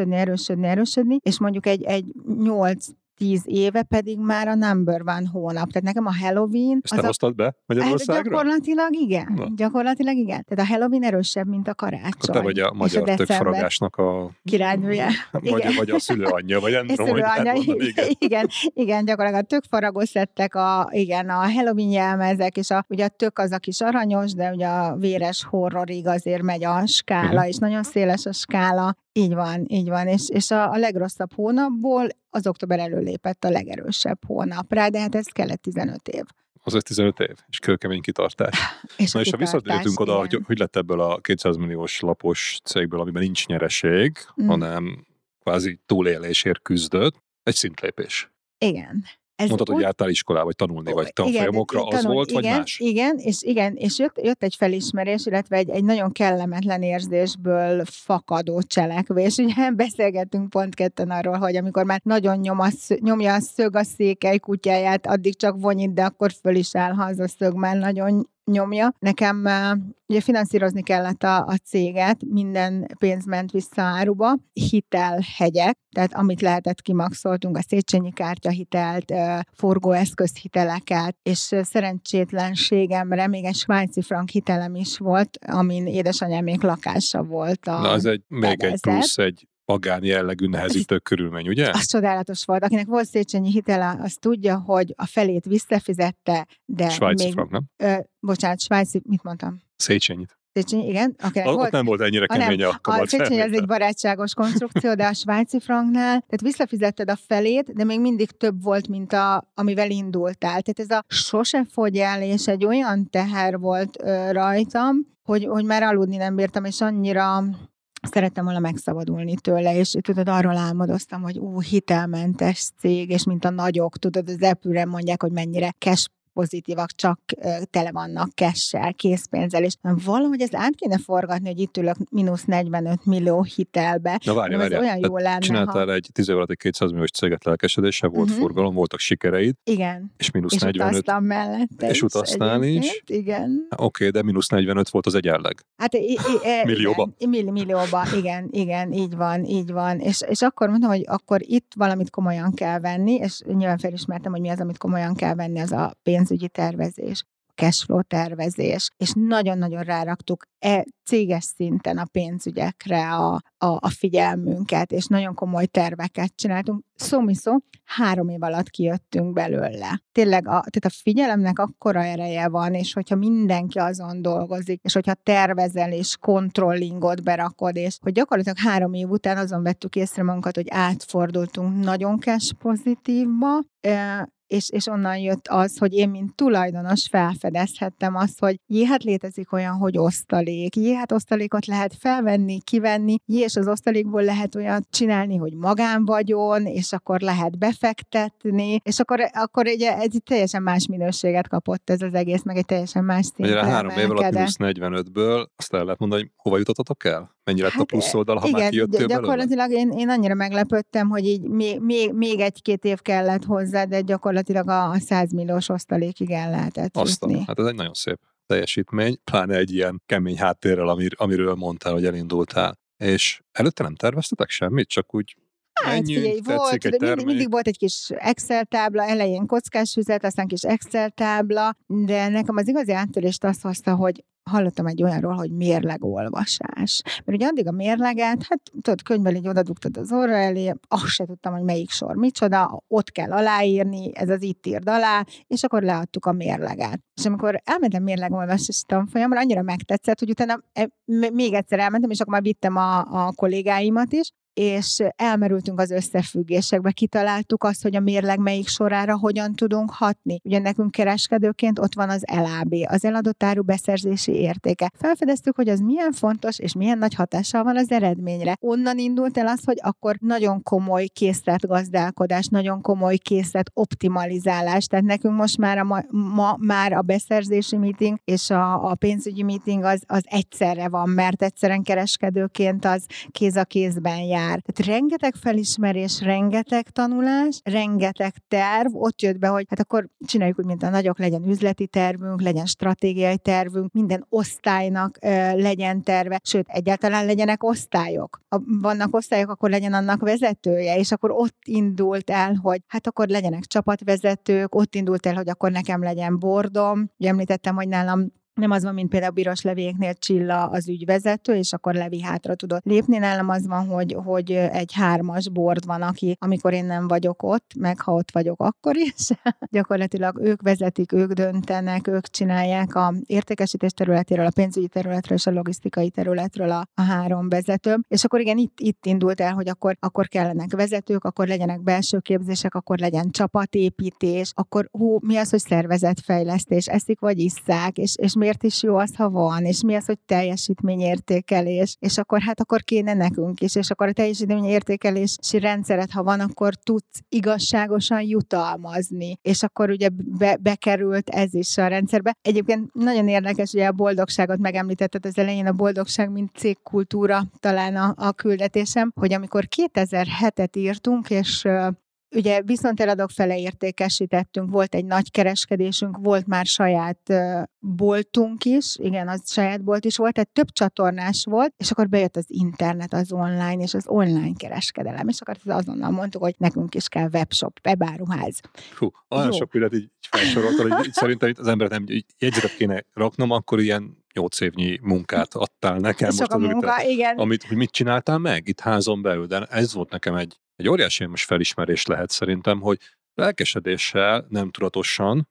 A: erősödni, és mondjuk egy 8-10 éve pedig már a number one hónap. Tehát nekem a Halloween...
C: Ezt te hoztad be Magyarországra?
A: Gyakorlatilag igen. Tehát a Halloween erősebb, mint a karácsony. Akkor
C: te vagy a magyar többfaragásnak a...
A: királynője.
C: Vagy a szülőanyja, vagy nem tudom, hogy
A: igen, gyakorlatilag a tökfaragos lettek a Halloween jelmezek, és ugye a tök az a kis aranyos, de ugye a véres horrorig azért megy a skála, és nagyon széles a skála. Így van, és a legrosszabb hónapból az október előlépett a legerősebb hónapra, de hát ez kellett 15 év.
C: Az 15 év, és kőkemény kitartás. És ha visszatértünk oda, hogy lett ebből a 200 milliós lapos cégből, amiben nincs nyereség, hanem kvázi túlélésért küzdött, egy szintlépés.
A: Igen.
C: Mondtad, hogy jártál iskolába, vagy tanulni, vagy tanfolyamokra, az volt, vagy más?
A: Igen, és jött egy felismerés, illetve egy nagyon kellemetlen érzésből fakadó cselekvés. Ugye beszélgettünk pont ketten arról, hogy amikor már nagyon nyomja a szög a székely kutyáját, addig csak vonyít, de akkor föl is áll, ha az a szög már nagyon nyomja. Nekem ugye finanszírozni kellett a céget, minden pénz ment vissza áruba, hitelhegyek, tehát amit lehetett kimaxoltunk, a Széchenyi kártyahitelt, forgóeszközhiteleket, és szerencsétlenségemre még egy svájci frank hitelem is volt, amin édesanyámék lakása volt.
C: Na, az még egy plusz, egy magán jellegű nehezítő körülmény, ugye?
A: Az csodálatos volt. Akinek volt Széchenyi hitele, az tudja, hogy a felét visszafizette, de
C: svájci frank, nem?
A: Bocsánat, svájci, mit mondtam?
C: Széchenyit.
A: Széchenyi, igen.
C: Ott nem volt ennyire kemény a kamat.
A: A Széchenyi az egy barátságos konstrukció, de a svájci franknál, tehát visszafizetted a felét, de még mindig több volt, mint amivel indultál. Tehát ez a sose fogy el, és egy olyan teher volt rajtam, hogy már aludni nem bírtam, és annyira szerettem volna megszabadulni tőle, és tudod, arról álmodoztam, hogy hitelmentes cég, és mint a nagyok, tudod, az Apple-re mondják, hogy mennyire cash pozitívak, csak tele vannak cash-sel, készpénzzel, és valahogy ezt át kéne forgatni, hogy itt ülök -45 millió hitelbe.
C: Na várj.
A: Olyan jó lenne,
C: csináltál egy 10 év alatt 200 milliós céget lelkesedéssel, volt forgalom, voltak sikereid.
A: Igen.
C: És -45.
A: És utaztam mellette.
C: És utaztál is.
A: Igen.
C: Oké, de -45 volt az egyenleg.
A: Hát
C: millióba.
A: Millióba, igen, így van. És akkor mondtam, hogy akkor itt valamit komolyan kell venni, és nyilván felismertem, hogy mi az, amit komolyan kell venni, az a pénzügyi tervezés, cashflow tervezés, és nagyon-nagyon ráraktuk céges szinten a pénzügyekre a figyelmünket, és nagyon komoly terveket csináltunk. Szó 3 év alatt kijöttünk belőle. Tényleg tehát a figyelemnek akkora ereje van, és hogyha mindenki azon dolgozik, és hogyha tervezel, és controllingot berakod, és hogy gyakorlatilag 3 év után azon vettük észre magunkat, hogy átfordultunk nagyon cash pozitívba, és onnan jött az, hogy én, mint tulajdonos felfedezhettem azt, hogy hát létezik olyan, hogy osztalék. Hát osztalékot lehet felvenni, kivenni, és az osztalékból lehet olyat csinálni, hogy magánvagyon, és akkor lehet befektetni, és akkor ugye egy teljesen más minőséget kapott ez az egész, meg egy teljesen más szintre emelkedett.
C: 3 év alatt -45-ből azt el lehet mondani, hogy hova jutottatok el? Mennyi lett a plusz oldal, ha már kijöttél belőle?
A: Gyakorlatilag én annyira meglepődtem, hogy így még 1-2 év kellett hozzá, de gyakorlatilag a 100 milliós osztalékig el lehetett jutni.
C: Hát ez egy nagyon szép teljesítmény, pláne egy ilyen kemény háttérrel, amiről mondtál, hogy elindultál. És előtte nem terveztetek semmit? Csak úgy menjünk, tetszik egy termék.
A: Mindig volt egy kis Excel tábla, elején kockás füzet, aztán kis Excel tábla, de nekem az igazi áttörést azt hozta, hogy hallottam egy olyanról, hogy mérlegolvasás. Mert ugye addig a mérleget, hát tudod, könyvben így odadugtad az orra elé, azt se tudtam, hogy melyik sor micsoda, ott kell aláírni, ez az itt írd alá, és akkor leadtuk a mérleget. És amikor elmentem mérlegolvasás tanfolyamra, annyira megtetszett, hogy utána még egyszer elmentem, és akkor már vittem a kollégáimat is, és elmerültünk az összefüggésekbe, kitaláltuk azt, hogy a mérleg melyik sorára hogyan tudunk hatni. Ugye nekünk kereskedőként ott van az LAB, az eladott áru beszerzési értéke. Felfedeztük, hogy az milyen fontos, és milyen nagy hatással van az eredményre. Onnan indult el az, hogy akkor nagyon komoly készletgazdálkodás, nagyon komoly készlet optimalizálás, tehát nekünk most már már a beszerzési meeting és a pénzügyi meeting az egyszerre van, mert egyszerűen kereskedőként az kéz a kézben jár. Tehát rengeteg felismerés, rengeteg tanulás, rengeteg terv, ott jött be, hogy hát akkor csináljuk úgy, mint a nagyok, legyen üzleti tervünk, legyen stratégiai tervünk, minden osztálynak legyen terve, sőt, egyáltalán legyenek osztályok. Ha vannak osztályok, akkor legyen annak vezetője, és akkor ott indult el, hogy hát akkor legyenek csapatvezetők, ott indult el, hogy akkor nekem legyen bordom. Ugye említettem, hogy nálam nem az van, mint például a Biros Levéknél Csilla az ügyvezető, és akkor Levi hátra tudott lépni. Nálam az van, hogy egy 3-as board van, aki, amikor én nem vagyok ott, meg ha ott vagyok, akkor is. Gyakorlatilag ők vezetik, ők döntenek, ők csinálják a értékesítés területéről, a pénzügyi területről és a logisztikai területről a 3 vezető. És akkor igen, itt indult el, hogy akkor kellenek vezetők, akkor legyenek belső képzések, akkor legyen csapatépítés, akkor mi az, hogy szervezetfejlesztés, eszik vagy isszák, és miért is jó az, ha van, és mi az, hogy teljesítményértékelés, és akkor kéne nekünk is, és akkor a teljesítményértékelési rendszeret, ha van, akkor tudsz igazságosan jutalmazni, és akkor ugye bekerült ez is a rendszerbe. Egyébként nagyon érdekes, ugye a boldogságot megemlítetted az elején, a boldogság, mint cégkultúra talán a küldetésem, hogy amikor 2007-et írtunk, és ugye viszonteladók fele értékesítettünk, volt egy nagy kereskedésünk, volt már saját boltunk is, igen, az saját bolt is volt, tehát több csatornás volt, és akkor bejött az internet, az online, és az online kereskedelem, és akkor azonnal mondtuk, hogy nekünk is kell webshop, webáruház.
C: Olyan sok pillanat így felsoroltad, hogy szerintem itt az emberet nem jegyzetet kéne raknom, akkor ilyen 8 évnyi munkát adtál nekem.
A: Sok a munka, igen.
C: Hogy mit csináltál meg itt házon belül, de ez volt nekem egy óriási most felismerés lehet szerintem, hogy lelkesedéssel, nem tudatosan,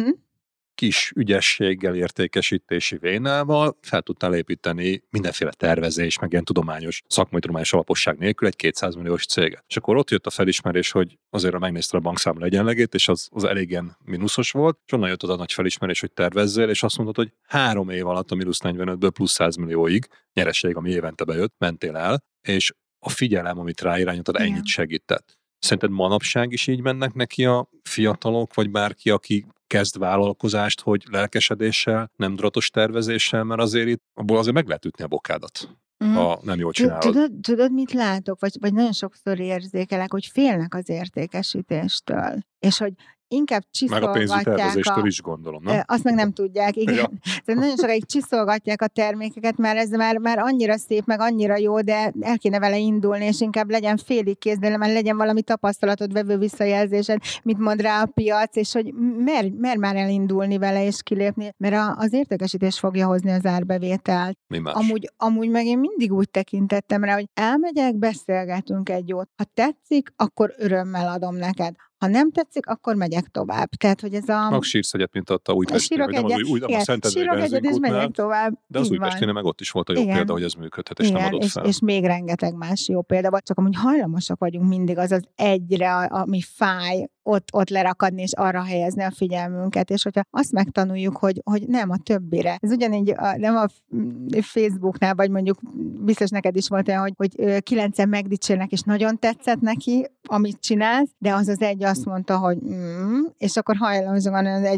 C: kis ügyességgel, értékesítési vénával fel tudtál építeni mindenféle tervezés, meg ilyen tudományos, szakmai tudományos alaposság nélkül egy 200 milliós céget. És akkor ott jött a felismerés, hogy azért megnézted a bankszámla egyenlegét, és az elégen mínuszos volt, és onnan jött az a nagy felismerés, hogy tervezzél, és azt mondtad, hogy 3 év alatt a mínusz 45-ből plusz 100 millióig nyereség, ami évente bejött, mentél el, és a figyelem, amit ráirányítod, ennyit segített. Szerinted manapság is így mennek neki a fiatalok, vagy bárki, aki kezd vállalkozást, hogy lelkesedéssel, nem tudatos tervezéssel, mert azért itt abból azért meg lehet ütni a bokádat, ha nem jól csinálod.
A: Tudod, mit látok? Vagy nagyon sokszor érzékelek, hogy félnek az értékesítéstől. És hogy inkább csiszolgatják.
C: Meg a pénzügyi tervezéstől is gondolom, nem?
A: Azt meg nem tudják, igen. Ja. Tehát nagyon sokáig csiszolgatják a termékeket, mert ez már annyira szép, meg annyira jó, de el kéne vele indulni, és inkább legyen félig kész, de már legyen valami tapasztalatod, vevő visszajelzésed, mit mond rá a piac, és hogy mer már elindulni vele, és kilépni, mert az értékesítés fogja hozni az árbevételt.
C: Mi más?
A: Amúgy meg én mindig úgy tekintettem rá, hogy elmegyek, beszélgetünk egy jót. Ha tetszik, akkor örömmel adom neked. Ha nem tetszik, akkor megyek tovább. Tehát, hogy ez a...
C: Sírsz egyet, mint ott a Újpestnél, vagy nem az a Szentendrei benzinkútnál, de az Újpestnél meg ott is volt a jó példa, hogy ez működhet, és nem adott fel.
A: És még rengeteg más jó példa volt, csak amúgy hajlamosak vagyunk mindig az egyre, ami fáj, ott lerakadni, és arra helyezni a figyelmünket, és hogyha azt megtanuljuk, hogy nem a többire. Ez ugyanígy nem a Facebooknál, vagy mondjuk biztos neked is volt olyan, hogy 9-en megdicsérnek, és nagyon tetszett neki, amit csinálsz, de az egy azt mondta, hogy és akkor hajlamosan van az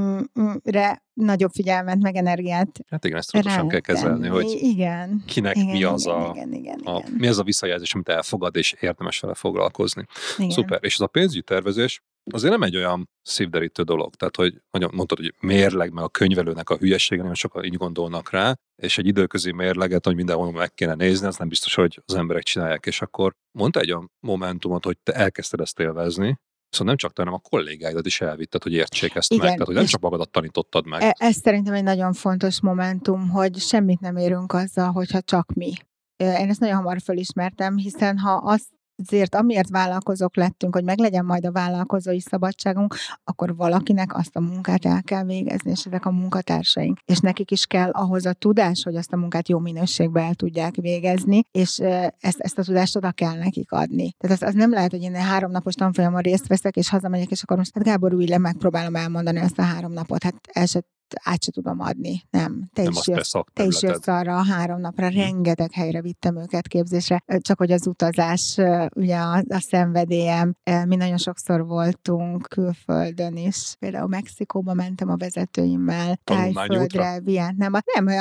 A: re nagyobb figyelmet, meg energiát.
C: Hát igen, ezt tudatosan kell kezelni, hogy kinek mi az mi az a visszajelzés, amit elfogad, és érdemes vele foglalkozni. Igen. Szuper. És ez a pénzügyi tervezés azért nem egy olyan szívderítő dolog. Tehát, hogy mondtad, hogy mérleg, meg a könyvelőnek a hülyesége, nagyon sokan így gondolnak rá, és egy időközi mérleget, hogy mindenhol meg kéne nézni, az nem biztos, hogy az emberek csinálják. És akkor mondta egy olyan momentumot, hogy te elkezdted ezt élvezni, szóval nem csak te, hanem a kollégáidat is elvitted, hogy értsék ezt meg. Tehát, hogy nem csak magadat tanítottad meg.
A: Ez szerintem egy nagyon fontos momentum, hogy semmit nem érünk azzal, hogyha csak mi. Én ezt nagyon hamar felismertem, hiszen ha azért amiért vállalkozók lettünk, hogy meglegyen majd a vállalkozói szabadságunk, akkor valakinek azt a munkát el kell végezni, és ezek a munkatársaink. És nekik is kell ahhoz a tudás, hogy azt a munkát jó minőségben el tudják végezni, és ezt a tudást oda kell nekik adni. Tehát az nem lehet, hogy én 3 napos tanfolyamon részt veszek, és hazamegyek, és akkor most Gábor Újle megpróbálom elmondani ezt a 3 napot. Hát át se tudom adni. Nem. Te is jössz arra a 3 napra. Rengeteg helyre vittem őket képzésre. Csak hogy az utazás, ugye a szenvedélyem. Mi nagyon sokszor voltunk külföldön is. Például Mexikóba mentem a vezetőimmel, Tájföldre, Vietnámba.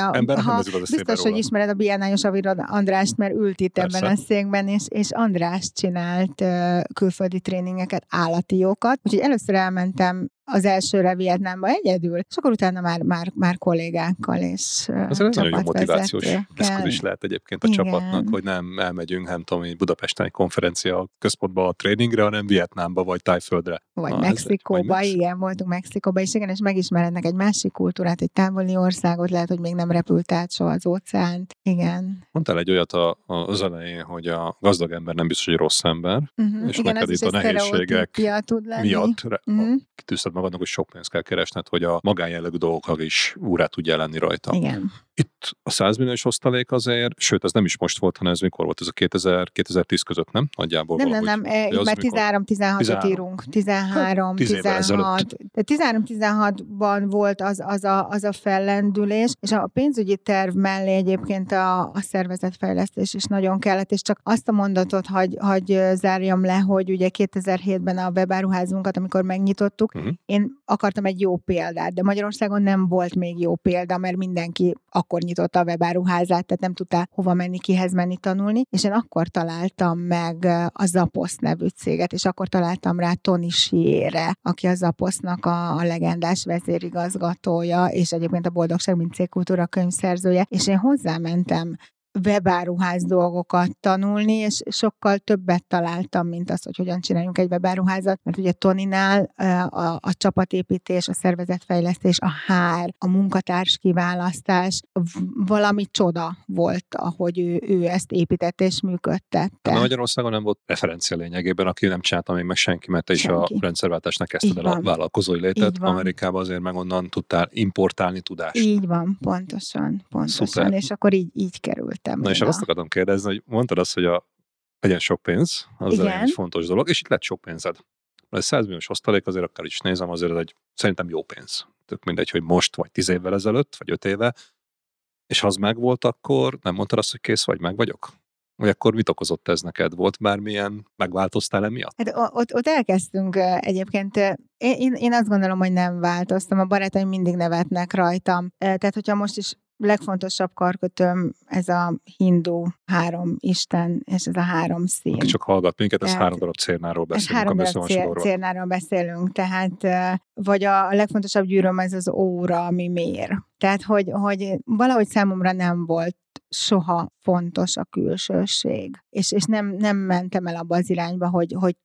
A: Biztos, hogy ismered a Biennányos Avirod Andrást, mert ült itt ebben a székben, és András csinált külföldi tréningeket, állati jókat. Úgyhogy először elmentem az elsőre Vietnámba egyedül, és akkor utána már kollégákkal és
C: ez nagyon jó motivációs eszköz is lehet egyébként a csapatnak, hogy nem elmegyünk, nem tudom, Budapesten egy konferencia központba a tréningre, hanem Vietnámba vagy Tájföldre.
A: Vagy Mexikóba, igen, voltunk Mexikóba, és igen, és megismerednek egy másik kultúrát, egy távoli országot, lehet, hogy még nem repült át soha az óceánt. Igen.
C: Mondtál egy olyat az elején, hogy a gazdag ember nem biztos, hogy rossz ember, és
A: igen,
C: neked itt a nehézségek miatt kitűzted
A: Mm-hmm.
C: magadnak, hogy sok pénzt kell keresned, hogy a magánjellegű dolgoknak is úrá tudjál lenni rajta.
A: Igen.
C: Itt a 100 milliós osztalék azért, sőt, ez nem is most volt, hanem ez mikor volt? Ez a 2010 között, nem? Nagyjából
A: Nem,
C: valahogy.
A: itt már 13-16-ot írunk. 13-16. De 13-16-ban volt az a fellendülés, és a pénzügyi terv mellé egyébként a szervezetfejlesztés is nagyon kellett, és csak azt a mondatot hagy zárjam le, hogy ugye 2007-ben a webáruházunkat, amikor megnyitottuk, én akartam egy jó példát, de Magyarországon nem volt még jó példa, mert mindenki akkor nyitotta a webáruházát, tehát nem tudtál hova menni, kihez menni tanulni, és én akkor találtam meg a Zaposz nevű céget, és akkor találtam rá Tony Siére, aki a Zaposznak a legendás vezérigazgatója, és egyébként a Boldogság mint cégkultúra könyvszerzője, és én hozzámentem webáruház dolgokat tanulni, és sokkal többet találtam, mint az, hogy hogyan csináljunk egy webáruházat, mert ugye Toninál a csapatépítés, a szervezetfejlesztés, a a munkatárs kiválasztás, valami csoda volt, ahogy ő ezt építette és működtette.
C: Magyarországon nem volt referencia lényegében, aki nem csinálta még meg senki, mert te is a rendszerváltásnak kezdted el a vállalkozói létet. Amerikában azért meg onnan tudtál importálni tudást.
A: Így van, pontosan. Szuper. És akkor így került.
C: Na és azt akarom kérdezni, hogy mondtad azt, hogy legyen sok pénz, az egy fontos dolog, és itt lett sok pénzed. A 100 milliós osztalék azért akár is nézem, azért ez szerintem jó pénz. Tök mindegy, hogy most, vagy 10 évvel ezelőtt, vagy 5 éve, és ha az megvolt, akkor nem mondtad azt, hogy kész vagy, meg vagyok? Vagy akkor mit okozott ez neked? Volt bármilyen, megváltoztál emiatt?
A: Hát ott elkezdtünk egyébként, én azt gondolom, hogy nem változtam, a barátaim mindig nevetnek rajtam. Tehát, hogyha most is legfontosabb karkötőm ez a hindu 3 isten, és ez a 3 szín.
C: Aki csak hallgat minket, ez 3 darab cérnáról beszélünk.
A: 3 darab cérnáról beszélünk, tehát vagy a legfontosabb gyűröm ez az óra, ami mér. Tehát, hogy valahogy számomra nem volt soha fontos a külsőség. És nem mentem el abba az irányba, hogy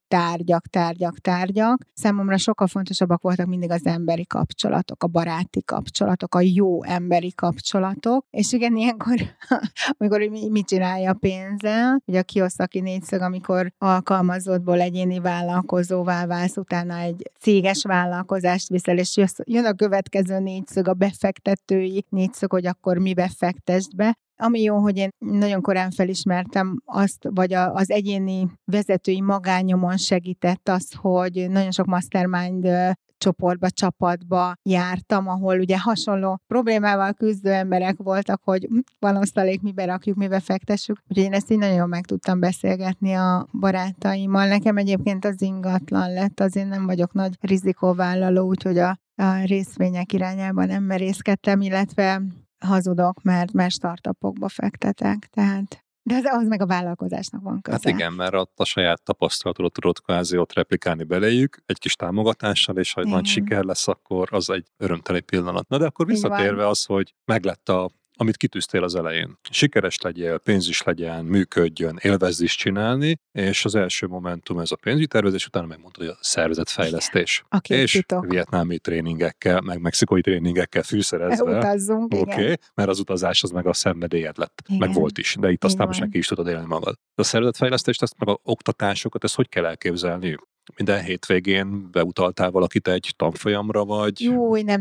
A: tárgyak. Számomra sokkal fontosabbak voltak mindig az emberi kapcsolatok, a baráti kapcsolatok, a jó emberi kapcsolatok. És igen, ilyenkor, amikor mit csinálja a pénzzel, ugye a Kiyosaki négyszög, amikor alkalmazottból egyéni vállalkozóvá válsz, utána egy céges vállalkozást viszel, és jön a következő négyszög, a befektetői négyszög, hogy akkor mibe fektesd be. Ami jó, hogy én nagyon korán felismertem azt, vagy az egyéni vezetői magánnyomon segített az, hogy nagyon sok mastermind csoportba, csapatba jártam, ahol ugye hasonló problémával küzdő emberek voltak, hogy van osztalék, mibe rakjuk, mibe fektessük. Úgyhogy én ezt így nagyon jól meg tudtam beszélgetni a barátaimmal. Nekem egyébként az ingatlan lett, azért nem vagyok nagy rizikóvállaló, úgyhogy a részvények irányában nem merészkedtem, illetve hazudok, mert startupokba fektetek, tehát de az meg a vállalkozásnak van köze.
C: Hát igen, mert a saját tapasztalatodat tudod kvázi ott replikálni beléjük, egy kis támogatással, és ha nagy siker lesz, akkor az egy örömteli pillanat. Na de akkor visszatérve az, hogy meglett amit kitűztél az elején. Sikeres legyél, pénz is legyen, működjön, élvezd is csinálni, és az első momentum ez a pénzügyi tervezés, utána megmondtad, hogy a szervezetfejlesztés. És vietnámi tréningekkel, meg mexikói tréningekkel fűszerezve.
A: Utazzunk,
C: igen. Mert az utazás az meg a szenvedélyed lett. Igen. Meg volt is, de itt aztán most neki is tudod élni magad. A szervezetfejlesztést, ezt meg a oktatásokat, ezt hogy kell elképzelni? Minden hétvégén beutaltál valakit egy tanfolyamra, vagy?
A: Jó, nem.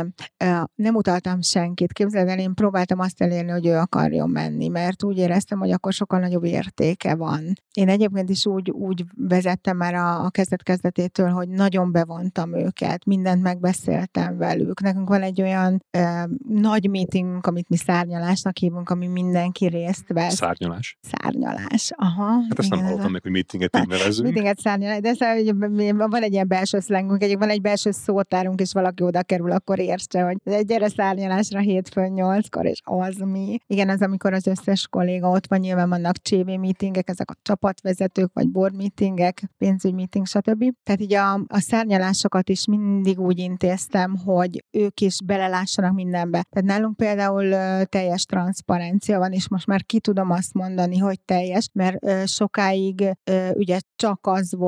A: Nem utaltam senkit. Képzeld el, én próbáltam azt elérni, hogy ő akarjon menni, mert úgy éreztem, hogy akkor sokkal nagyobb értéke van. Én egyébként is úgy vezettem már a kezdet-kezdetétől, hogy nagyon bevontam őket, mindent megbeszéltem velük. Nekünk van egy olyan nagy meetingünk, amit mi szárnyalásnak hívunk, ami mindenki részt vesz. Szárnyalás, aha.
C: Hát ezt nem hallottam még, hogy meetinget így nevezünk.
A: Meetinget szárnyalás, de van egy ilyen belső szlengünk, van egy belső szótárunk, és valaki oda kerül, akkor értse, hogy gyere szárnyalásra hétfőn 8-kor, és az mi. Igen, az, amikor az összes kolléga ott van, nyilván vannak CV meetingek, ezek a csapatvezetők, vagy board meetingek, pénzügy meeting, stb. Tehát így a szárnyalásokat is mindig úgy intéztem, hogy ők is belelássanak mindenbe. Tehát nálunk például teljes transzparencia van, és most már ki tudom azt mondani, hogy teljes, mert sokáig ugye csak az volt, hogy minden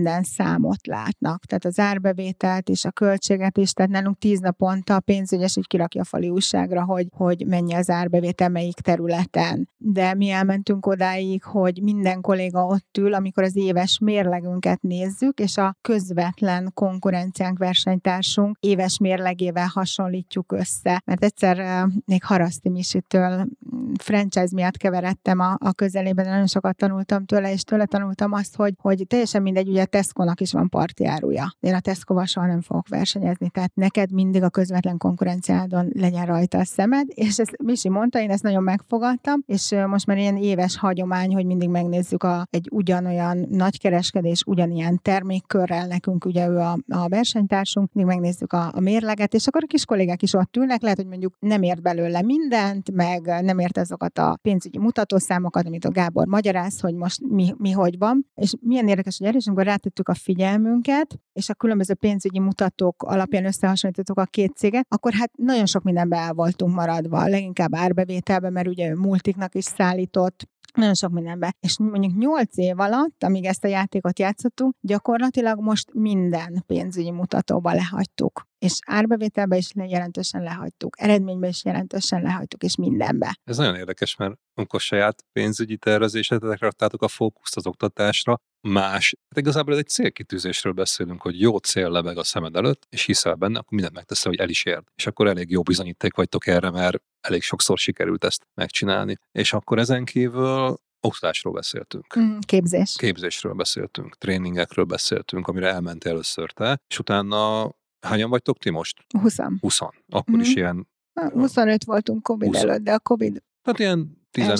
A: minden számot látnak. Tehát az árbevételt és a költséget is, tehát nálunk 10 naponta a pénzügyes így kirakja a fali újságra, hogy mennyi az árbevétel melyik területen. De mi elmentünk odáig, hogy minden kolléga ott ül, amikor az éves mérlegünket nézzük, és a közvetlen konkurenciánk, versenytársunk éves mérlegével hasonlítjuk össze. Mert egyszer még Haraszti Misitől franchise miatt keveredtem a közelében, nagyon sokat tanultam tőle, és tőle tanultam azt, hogy teljesen mindegy, ugye a Tesco-nak is van partiáruja. Én a Tesco-val soha nem fogok versenyezni, tehát neked mindig a közvetlen konkurenciádon legyen rajta a szemed, és ezt Misi mondta, én ezt nagyon megfogadtam, és most már ilyen éves hagyomány, hogy mindig megnézzük egy ugyanolyan nagykereskedés, ugyanilyen termékkörrel, nekünk ugye ő a versenytársunk, mindig megnézzük a mérleget, és akkor a kis kollégák is ott ülnek, lehet, hogy mondjuk nem ért belőle mindent, meg nem ért azokat a pénzügyi mutatószámokat, amit a Gábor magyaráz, hogy most mi hogy van. És milyen érdekes, hogy erre is, amikor rátettük a figyelmünket, és a különböző pénzügyi mutatók alapján összehasonlítottuk a két céget, akkor hát nagyon sok mindenbe el voltunk maradva, leginkább árbevételben, mert ugye ő multiknak is szállított, nagyon sok mindenbe. És mondjuk 8 év alatt, amíg ezt a játékot játszottunk, gyakorlatilag most minden pénzügyi mutatóba lehagytuk. És árbevételbe is jelentősen lehagytuk, eredménybe is jelentősen lehagytuk, és mindenbe.
C: Ez nagyon érdekes, mert amikor saját pénzügyi tervezésetekre raktátok a fókuszt az oktatásra, más. Hát igazából ez egy célkitűzésről beszélünk, hogy jó cél lebeg a szemed előtt, és hiszel benne, akkor mindent megteszel, hogy el is érd. És akkor elég jó bizonyíték vagytok erre, mert elég sokszor sikerült ezt megcsinálni. És akkor ezen kívül oktatásról beszéltünk. Képzésről beszéltünk, tréningekről beszéltünk, amire elmentél először te, és utána hányan vagytok ti most?
A: 20.
C: Akkor is ilyen...
A: 25 voltunk Covid előtt, de a Covid...
C: Tehát ilyen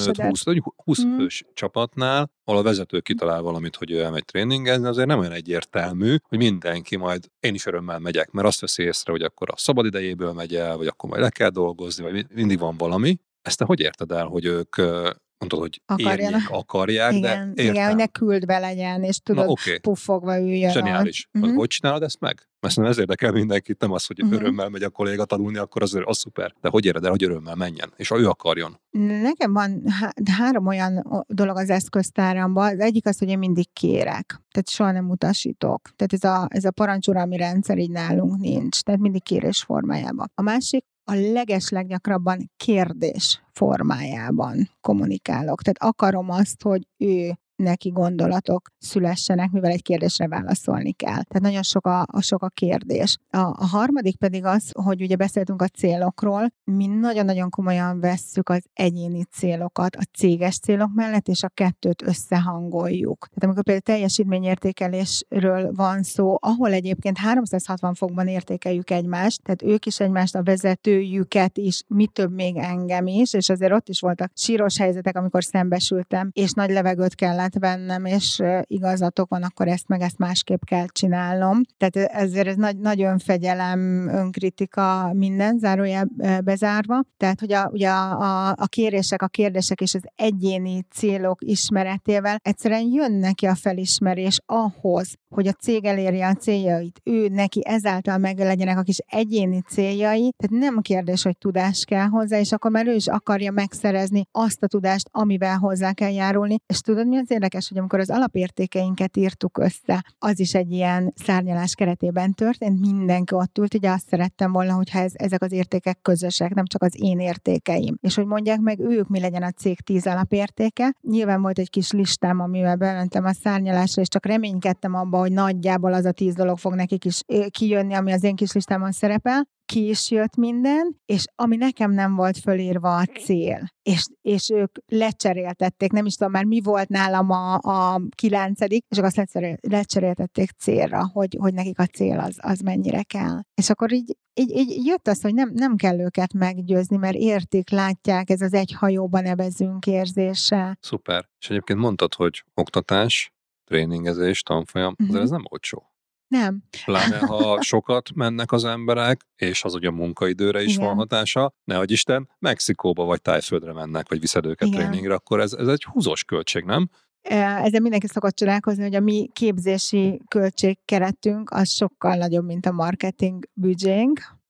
C: 15-20 fős csapatnál, ahol a vezető kitalál valamit, hogy ő elmegy tréningezni, azért nem olyan egyértelmű, hogy mindenki majd én is örömmel megyek, mert azt veszi észre, hogy akkor a szabad idejéből megy el, vagy akkor majd le kell dolgozni, vagy mindig van valami. Ezt te hogy érted el, hogy ők mondtad, hogy akarják,
A: igen,
C: de értem.
A: Igen, hogy ne küld be legyen, és tudod, puffogva üljön.
C: Zseniális. Hogy csinálod ezt meg? Mert ez érdekel mindenkit, nem az, hogy örömmel megy a kolléga tanulni, akkor az szuper. De hogy éred el, hogy örömmel menjen, és ő akarjon?
A: Nekem van 3 olyan dolog az eszköztáramban. Az egyik az, hogy én mindig kérek. Tehát soha nem utasítok. Tehát ez a parancsuralmi rendszer így nálunk nincs. Tehát mindig kérés formájában. A másik, a legesleggyakrabban kérdés formájában kommunikálok. Tehát akarom azt, hogy ő neki gondolatok szülessenek, mivel egy kérdésre válaszolni kell. Tehát nagyon sok a kérdés. A harmadik pedig az, hogy ugye beszéltünk a célokról, mi nagyon-nagyon komolyan vesszük az egyéni célokat a céges célok mellett, és a kettőt összehangoljuk. Tehát amikor például teljesítményértékelésről van szó, ahol egyébként 360 fokban értékeljük egymást, tehát ők is egymást, a vezetőjüket is, mi több még engem is, és azért ott is voltak síros helyzetek, amikor szembesültem, és nagy levegőt kellett vennem, és igazatok van, akkor ezt másképp kell csinálnom. Tehát ezért ez nagy önfegyelem, önkritika, minden zárójel bezárva. Tehát, hogy ugye a kérések, a kérdések és az egyéni célok ismeretével egyszerűen jön neki a felismerés ahhoz, hogy a cég elérje a céljait, ő neki ezáltal meg legyenek a kis egyéni céljai, tehát nem kérdés, hogy tudás kell hozzá, és akkor már ő is akarja megszerezni azt a tudást, amivel hozzá kell járulni. És tudod, mi az érdekes, hogy amikor az alapértékeinket írtuk össze, az is egy ilyen szárnyalás keretében történt, mindenki ott ült, ugye azt szerettem volna, hogyha ezek az értékek közösek, nem csak az én értékeim. És hogy mondják meg ők, mi legyen a cég 10 alapértéke. Nyilván volt egy kis listám, amivel bementem a szárnyalásra, és csak reménykedtem abba, hogy nagyjából az a 10 dolog fog nekik is kijönni, ami az én kis listámon szerepel. Ki is jött minden, és ami nekem nem volt fölírva a cél. És ők lecseréltették, nem is tudom már mi volt nálam a 9., és azt lecseréltették célra, hogy nekik a cél az mennyire kell. És akkor így jött az, hogy nem kell őket meggyőzni, mert értik, látják, ez az egy hajóban nevezünk érzése.
C: Szuper. És egyébként mondtad, hogy oktatás, tréningezés, tanfolyam, azért ez nem olcsó.
A: Nem.
C: Pláne, ha sokat mennek az emberek, és az ugye a munkaidőre is van hatása, nehogy Isten, Mexikóba vagy Tájföldre mennek, vagy viszed őket tréningre, akkor ez egy húzós költség, nem?
A: Ezzel mindenki szokott csodálkozni, hogy a mi képzési költségkeretünk az sokkal nagyobb, mint a marketing büdzsénk.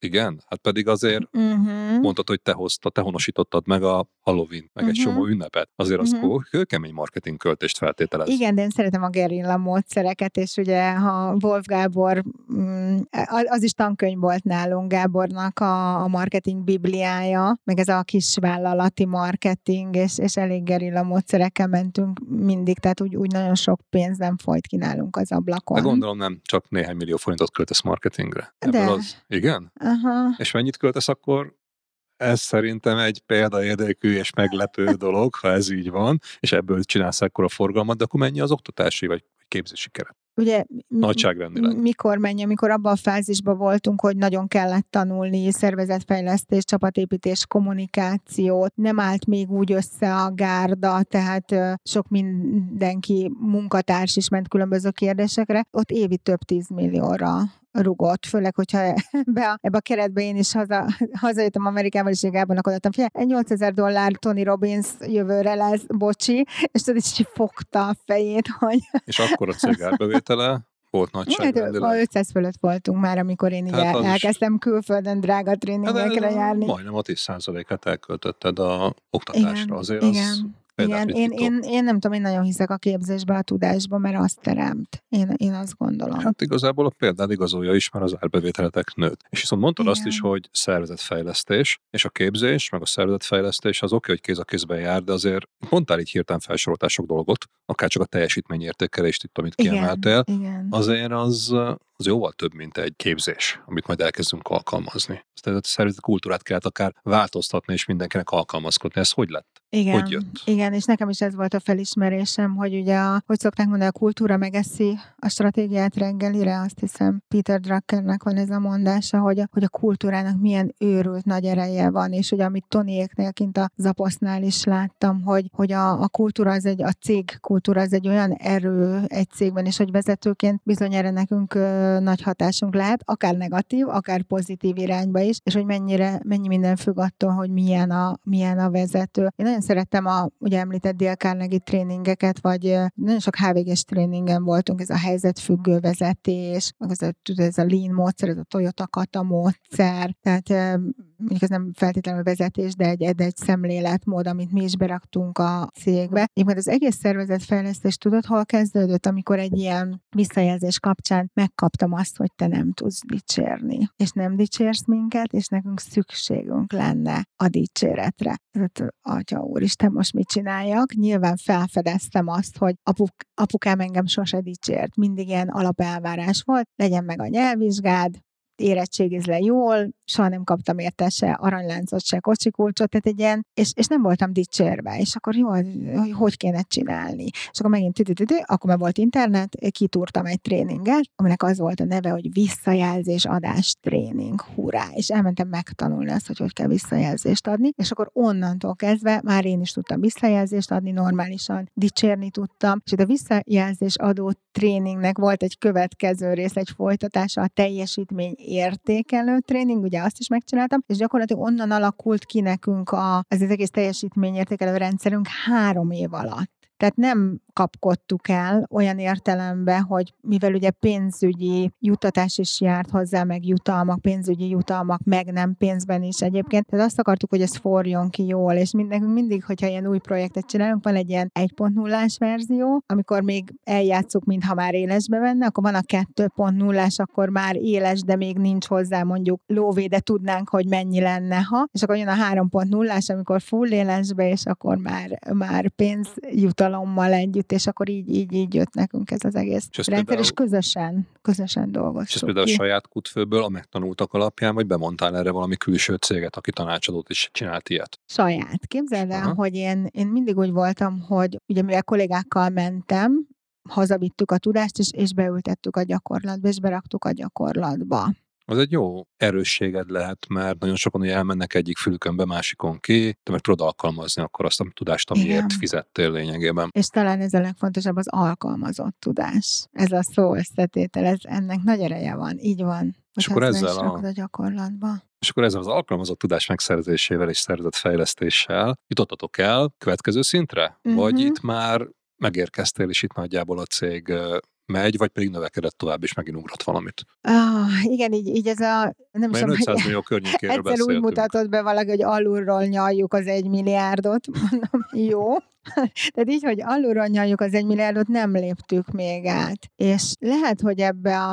C: Igen? Hát pedig azért mondtad, hogy te honosítottad meg a Halloween, meg egy csomó ünnepet. Azért az kőkemény marketing költést feltételez.
A: Igen, de én szeretem a gerilla módszereket, és ugye, ha Wolf Gábor, az is tankönyv volt nálunk, Gábornak a marketing bibliája, meg ez a kisvállalati marketing, és elég gerilla módszerekkel mentünk mindig, tehát úgy nagyon sok pénz nem folyt ki nálunk az ablakon.
C: De gondolom nem csak néhány millió forintot költesz marketingre.
A: De.
C: Igen?
A: Aha.
C: És mennyit költesz akkor? Ez szerintem egy példaértékű és meglepő dolog, ha ez így van, és ebből csinálsz ekkora forgalmat, de akkor mennyi az oktatási vagy képzési keret?
A: Ugye,
C: nagyságrendileg.
A: Amikor abban a fázisban voltunk, hogy nagyon kellett tanulni szervezetfejlesztés, csapatépítés, kommunikációt, nem állt még úgy össze a gárda, tehát sok mindenki, munkatárs is ment különböző kérdésekre, ott évi több 10 millióra rugott, főleg, hogyha ebbe a keretbe én is hazajöttem Amerikával, és Gábornak adottam, figyelj, $8000 Tony Robbins jövőre lesz, bocsi, és tudod, is fogta a fejét, hogy...
C: És akkor a cég árbevétele volt nagyságrendileg?
A: 500 fölött voltunk már, amikor én elkezdtem külföldön drága tréningekre járni.
C: Majdnem a 10%-át elköltötted a oktatásra,
A: igen,
C: azért
A: igen.
C: az...
A: Igen, én nem tudom, én nagyon hiszek a képzésbe, a tudásba, mert azt teremt. Én azt gondolom.
C: Hát igazából a példád igazolja is, mert az árbevételetek nőtt. És viszont mondtad azt is, hogy szervezetfejlesztés, és a képzés, meg a szervezetfejlesztés az oké, hogy kéz a kézben jár, de azért mondtál így hirtelen felsoroltál sok dolgot, akár csak a teljesítményértékelést itt, amit kiemeltél, azért az jóval több, mint egy képzés, amit majd elkezdünk alkalmazni. Tehát a szervezeti kultúrát kellett akár változtatni, és mindenkinek alkalmazkodni. Ez hogy lett?
A: Igen,
C: hogy jött?
A: Igen, és nekem is ez volt a felismerésem, hogy ugye, hogy szokták mondani, a kultúra megeszi a stratégiát reggelire, azt hiszem Peter Druckernek van ez a mondása, hogy a kultúrának milyen őrült nagy ereje van, és ugye amit Tonyéknél kint a Zaposznál is láttam, hogy a kultúra a cég kultúra az egy olyan erő egy cégben, és hogy vezetőként bizony erre nekünk nagy hatásunk lehet, akár negatív, akár pozitív irányba is, és hogy mennyi minden függ attól, hogy milyen a vezető. Én nagyon szerettem ugye említett Dale Carnegie tréningeket, vagy nagyon sok HVG-s tréningen voltunk, ez a helyzetfüggő vezetés, ez a lean módszer, ez a Toyota Kata módszer, tehát mondjuk ez nem feltétlenül vezetés, de egy szemléletmód, amit mi is beraktunk a cégbe. Egyébként az egész szervezetfejlesztés tudod, hol kezdődött, amikor egy ilyen visszajelzés kapcsán megkaptam azt, hogy te nem tudsz dicsérni, és nem dicsérsz minket, és nekünk szükségünk lenne a dicséretre. Tehát, atya úristen, most mit csináljak? Nyilván felfedeztem azt, hogy apukám engem sose dicsért. Mindig ilyen alapelvárás volt, legyen meg a nyelvvizsgád, érettségizz le jól, soha nem kaptam érte se aranyláncot, se kocsikulcsot, tehát egy ilyen, és nem voltam dicsérve, és akkor jó, hogy kéne csinálni. És akkor megint akkor már volt internet, kitúrtam egy tréninget, aminek az volt a neve, hogy visszajelzés adás tréning, hurrá, és elmentem megtanulni azt, hogy kell visszajelzést adni, és akkor onnantól kezdve már én is tudtam visszajelzést adni, normálisan dicsérni tudtam, és a visszajelzés adó tréningnek volt egy következő rész, egy folytatása, a teljesítmény értékelő tréning, ugye azt is megcsináltam, és gyakorlatilag onnan alakult ki nekünk az egész teljesítményértékelő rendszerünk 3 év alatt. Tehát nem kapkodtuk el olyan értelemben, hogy mivel ugye pénzügyi juttatás is járt hozzá, meg jutalmak, pénzügyi jutalmak, meg nem pénzben is egyébként. Tehát azt akartuk, hogy ez forjon ki jól, és nekünk mindig, hogyha ilyen új projektet csinálunk, van egy ilyen 1.0-ás verzió, amikor még eljátszuk, mintha már élesbe venne, akkor van a 2.0-ás, akkor már éles, de még nincs hozzá mondjuk lóvé, de tudnánk, hogy mennyi lenne, ha. És akkor jön a 3.0-ás, amikor full élesbe, és akkor már pénzjutalommal együtt, és akkor így jött nekünk ez az egész rendszer, és közösen dolgoztunk. És ez
C: például a saját kutfőből, a megtanultak alapján, vagy bemondtál erre valami külső céget, aki tanácsadót is csinált ilyet?
A: Saját. Képzeld el, hogy én mindig úgy voltam, hogy ugye mivel kollégákkal mentem, hazavittük a tudást, és beültettük a gyakorlatba, és beraktuk a gyakorlatba.
C: Az egy jó erősséged lehet, mert nagyon sokan ugye elmennek egyik fülükönbe, másikon ki, te meg tudod alkalmazni akkor azt a tudást, amiért fizettél lényegében.
A: És talán ez a legfontosabb, az alkalmazott tudás. Ez a szó összetétel, ennek nagy ereje van, így van.
C: És akkor ezzel
A: a gyakorlatba.
C: És akkor ezzel az alkalmazott tudás megszerzésével és szervezetfejlesztéssel jutottatok el következő szintre? Vagy itt már megérkeztél, és itt nagyjából a cég megy, vagy pedig növekedett tovább, és megint ugrott valamit.
A: Igen, így ez a... Nem
C: Mert 500 millió környékéről
A: egyszer
C: beszéltünk.
A: úgy mutatott be valaki, hogy alulról nyaljuk az 1 milliárdot. Mondom, jó. Tehát így, hogy alulról nyaljuk az 1 milliárdot, nem léptük még át. És lehet, hogy ebbe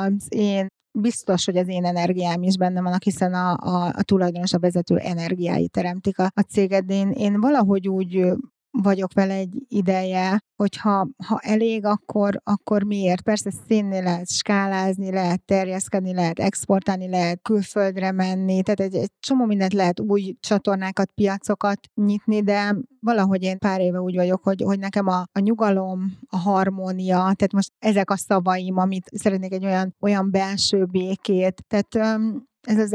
A: biztos, hogy az én energiám is benne vannak, hiszen a tulajdonos, a vezető energiái teremtik a céged, de én valahogy úgy vagyok vele egy ideje, hogyha elég, akkor miért? Persze színni lehet skálázni, lehet terjeszkedni, lehet exportálni, lehet külföldre menni, tehát egy csomó mindent lehet, új csatornákat, piacokat nyitni, de valahogy én pár éve úgy vagyok, hogy nekem a nyugalom, a harmónia, tehát most ezek a szavaim, amit szeretnék egy olyan belső békét, tehát ez az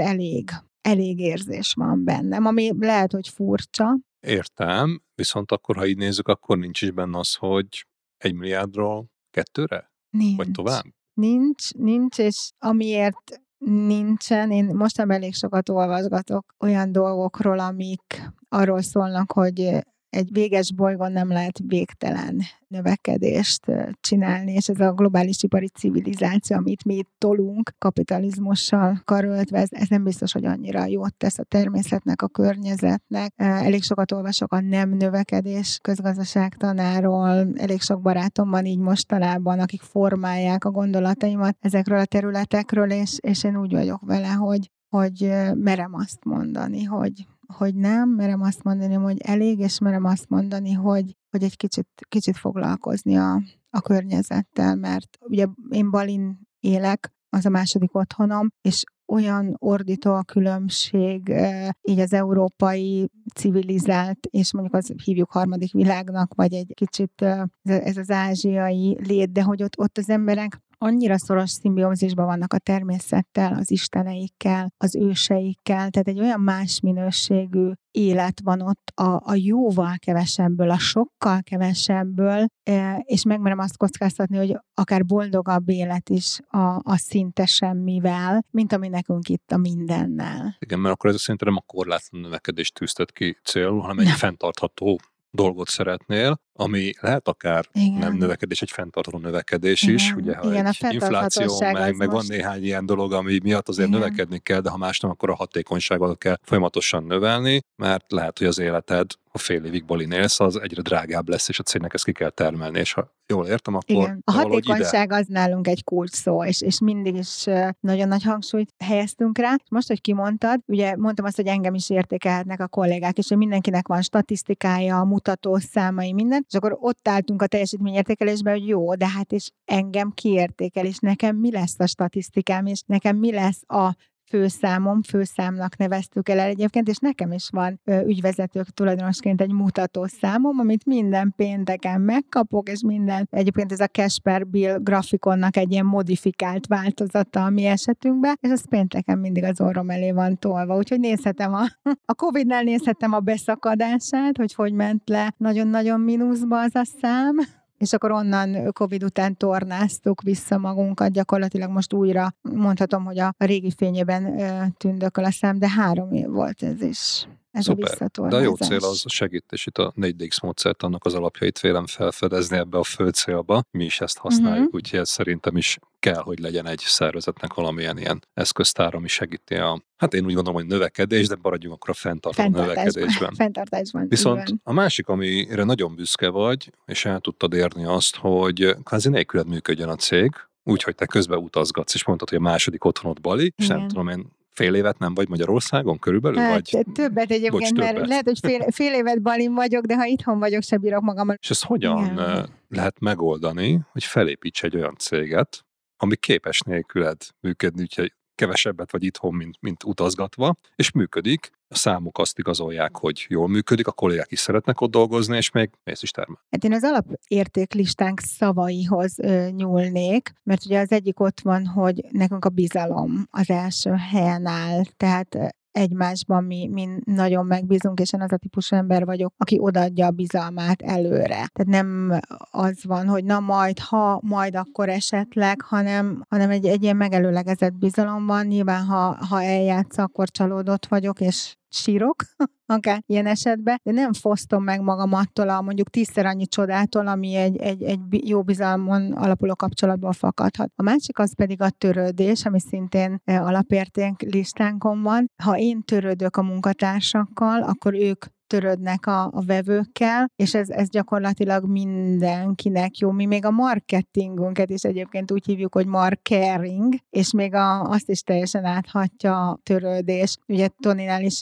A: elég érzés van bennem, ami lehet, hogy furcsa.
C: Értem, viszont akkor, ha így nézzük, akkor nincs is benne az, hogy 1 milliárdról 2-re?
A: Nincs.
C: Vagy tovább?
A: Nincs, és amiért nincsen, én mostanában elég sokat olvasgatok olyan dolgokról, amik arról szólnak, hogy egy véges bolygón nem lehet végtelen növekedést csinálni, és ez a globális ipari civilizáció, amit mi itt tolunk kapitalizmussal karöltve, ez nem biztos, hogy annyira jót tesz a természetnek, a környezetnek. Elég sokat olvasok a nem növekedés közgazdaságtanáról, elég sok barátom van így mostanában, akik formálják a gondolataimat ezekről a területekről, és én úgy vagyok vele, hogy merem azt mondani, hogy nem, merem azt mondani, hogy elég, és merem azt mondani, hogy egy kicsit foglalkozni a környezettel, mert ugye én Balin élek, az a második otthonom, és olyan ordító a különbség így az európai civilizált, és mondjuk az hívjuk harmadik világnak, vagy egy kicsit ez az ázsiai lét, de hogy ott az emberek annyira szoros szimbiózisban vannak a természettel, az isteneikkel, az őseikkel, tehát egy olyan más minőségű élet van ott a jóval kevesebből, a sokkal kevesebből, és megmerem azt kockáztatni, hogy akár boldogabb élet is a szinte semmivel, mint ami nekünk itt a mindennel.
C: Igen, mert akkor ez szerintem nem a korlátlan növekedést tűztet ki célul, hanem egy fenntartható dolgot szeretnél, ami lehet akár nem növekedés, egy fenntartható növekedés is, ugye, ha egy infláció, meg van néhány ilyen dolog, ami miatt azért növekedni kell, de ha más nem, akkor a hatékonyságot kell folyamatosan növelni, mert lehet, hogy az életed, ha fél évig Balin élsz, az egyre drágább lesz, és a cégnek ezt ki kell termelni, és ha jól értem, akkor
A: igen. A hatékonyság az nálunk egy kulcs szó, és mindig is nagyon nagy hangsúlyt helyeztünk rá. Most, hogy kimondtad, ugye mondtam azt, hogy engem is értékelhetnek a kollégák, és hogy mindenkinek van statisztikája, mutatószámai, minden, és akkor ott álltunk a teljesítményértékelésben, hogy jó, de hát és engem kiértékel, és nekem mi lesz a statisztikám, és nekem mi lesz a főszámnak neveztük el egyébként, és nekem is van ügyvezetők tulajdonosként egy mutatószámom, amit minden pénteken megkapok, és minden, egyébként ez a cash per bill grafikonnak egy ilyen modifikált változata a mi esetünkben, és az pénteken mindig az orrom elé van tolva, úgyhogy nézhetem a Covid-nál nézhetem a beszakadását, hogy ment le nagyon-nagyon mínuszba az a szám, és akkor onnan Covid után tornáztuk vissza magunkat, gyakorlatilag most újra mondhatom, hogy a régi fényében tündököl a szám, de 3 év volt ez is. Ez
C: szuper.
A: A visszatornázás.
C: De a jó cél az segít, és itt a 4DX módszert, annak az alapjait vélem felfedezni ebbe a fő célba. Mi is ezt használjuk, úgyhogy ez szerintem is kell, hogy legyen egy szervezetnek valamilyen ilyen eszköztár, ami segíti hát én úgy gondolom, hogy növekedés, de maradjunk akkor a fenntartó növekedésben.
A: Fenntartásban.
C: Viszont a másik, amire nagyon büszke vagy, és el tudtad érni azt, hogy kvázi nélküled működjön a cég, úgyhogy te közben utazgatsz, és mondtad, hogy a második otthonod Bali, és nem tudom én, fél évet nem vagy Magyarországon körülbelül?
A: Hát,
C: vagy
A: többet egyébként, mert lehet, hogy fél évet Balin vagyok, de ha itthon vagyok, se bírok magammal.
C: És ezt hogyan lehet megoldani, hogy felépíts egy olyan céget, ami képes nélküled működni, úgyhogy kevesebbet vagy itthon, mint utazgatva, és működik, a számok azt igazolják, hogy jól működik, a kollégák is szeretnek ott dolgozni, és még mész is termel.
A: Hát én az alapértéklistánk szavaihoz nyúlnék, mert ugye az egyik ott van, hogy nekünk a bizalom az első helyen áll, tehát egymásban mi nagyon megbízunk, és én az a típusú ember vagyok, aki odaadja a bizalmát előre. Tehát nem az van, hogy na majd akkor esetleg, hanem egy ilyen megelőlegezett bizalom van. Nyilván, ha eljátsz, akkor csalódott vagyok, és sírok, akár ilyen esetben, de nem fosztom meg magam attól a mondjuk 10-szer annyi csodától, ami egy jó bizalmon alapuló kapcsolatból fakadhat. A másik az pedig a törődés, ami szintén alapérték listánkon van. Ha én törődök a munkatársakkal, akkor ők törődnek a vevőkkel, és ez gyakorlatilag mindenkinek jó. Mi még a marketingünket is egyébként úgy hívjuk, hogy marketing, és még azt is teljesen áthatja a törődés. Ugye Toninál is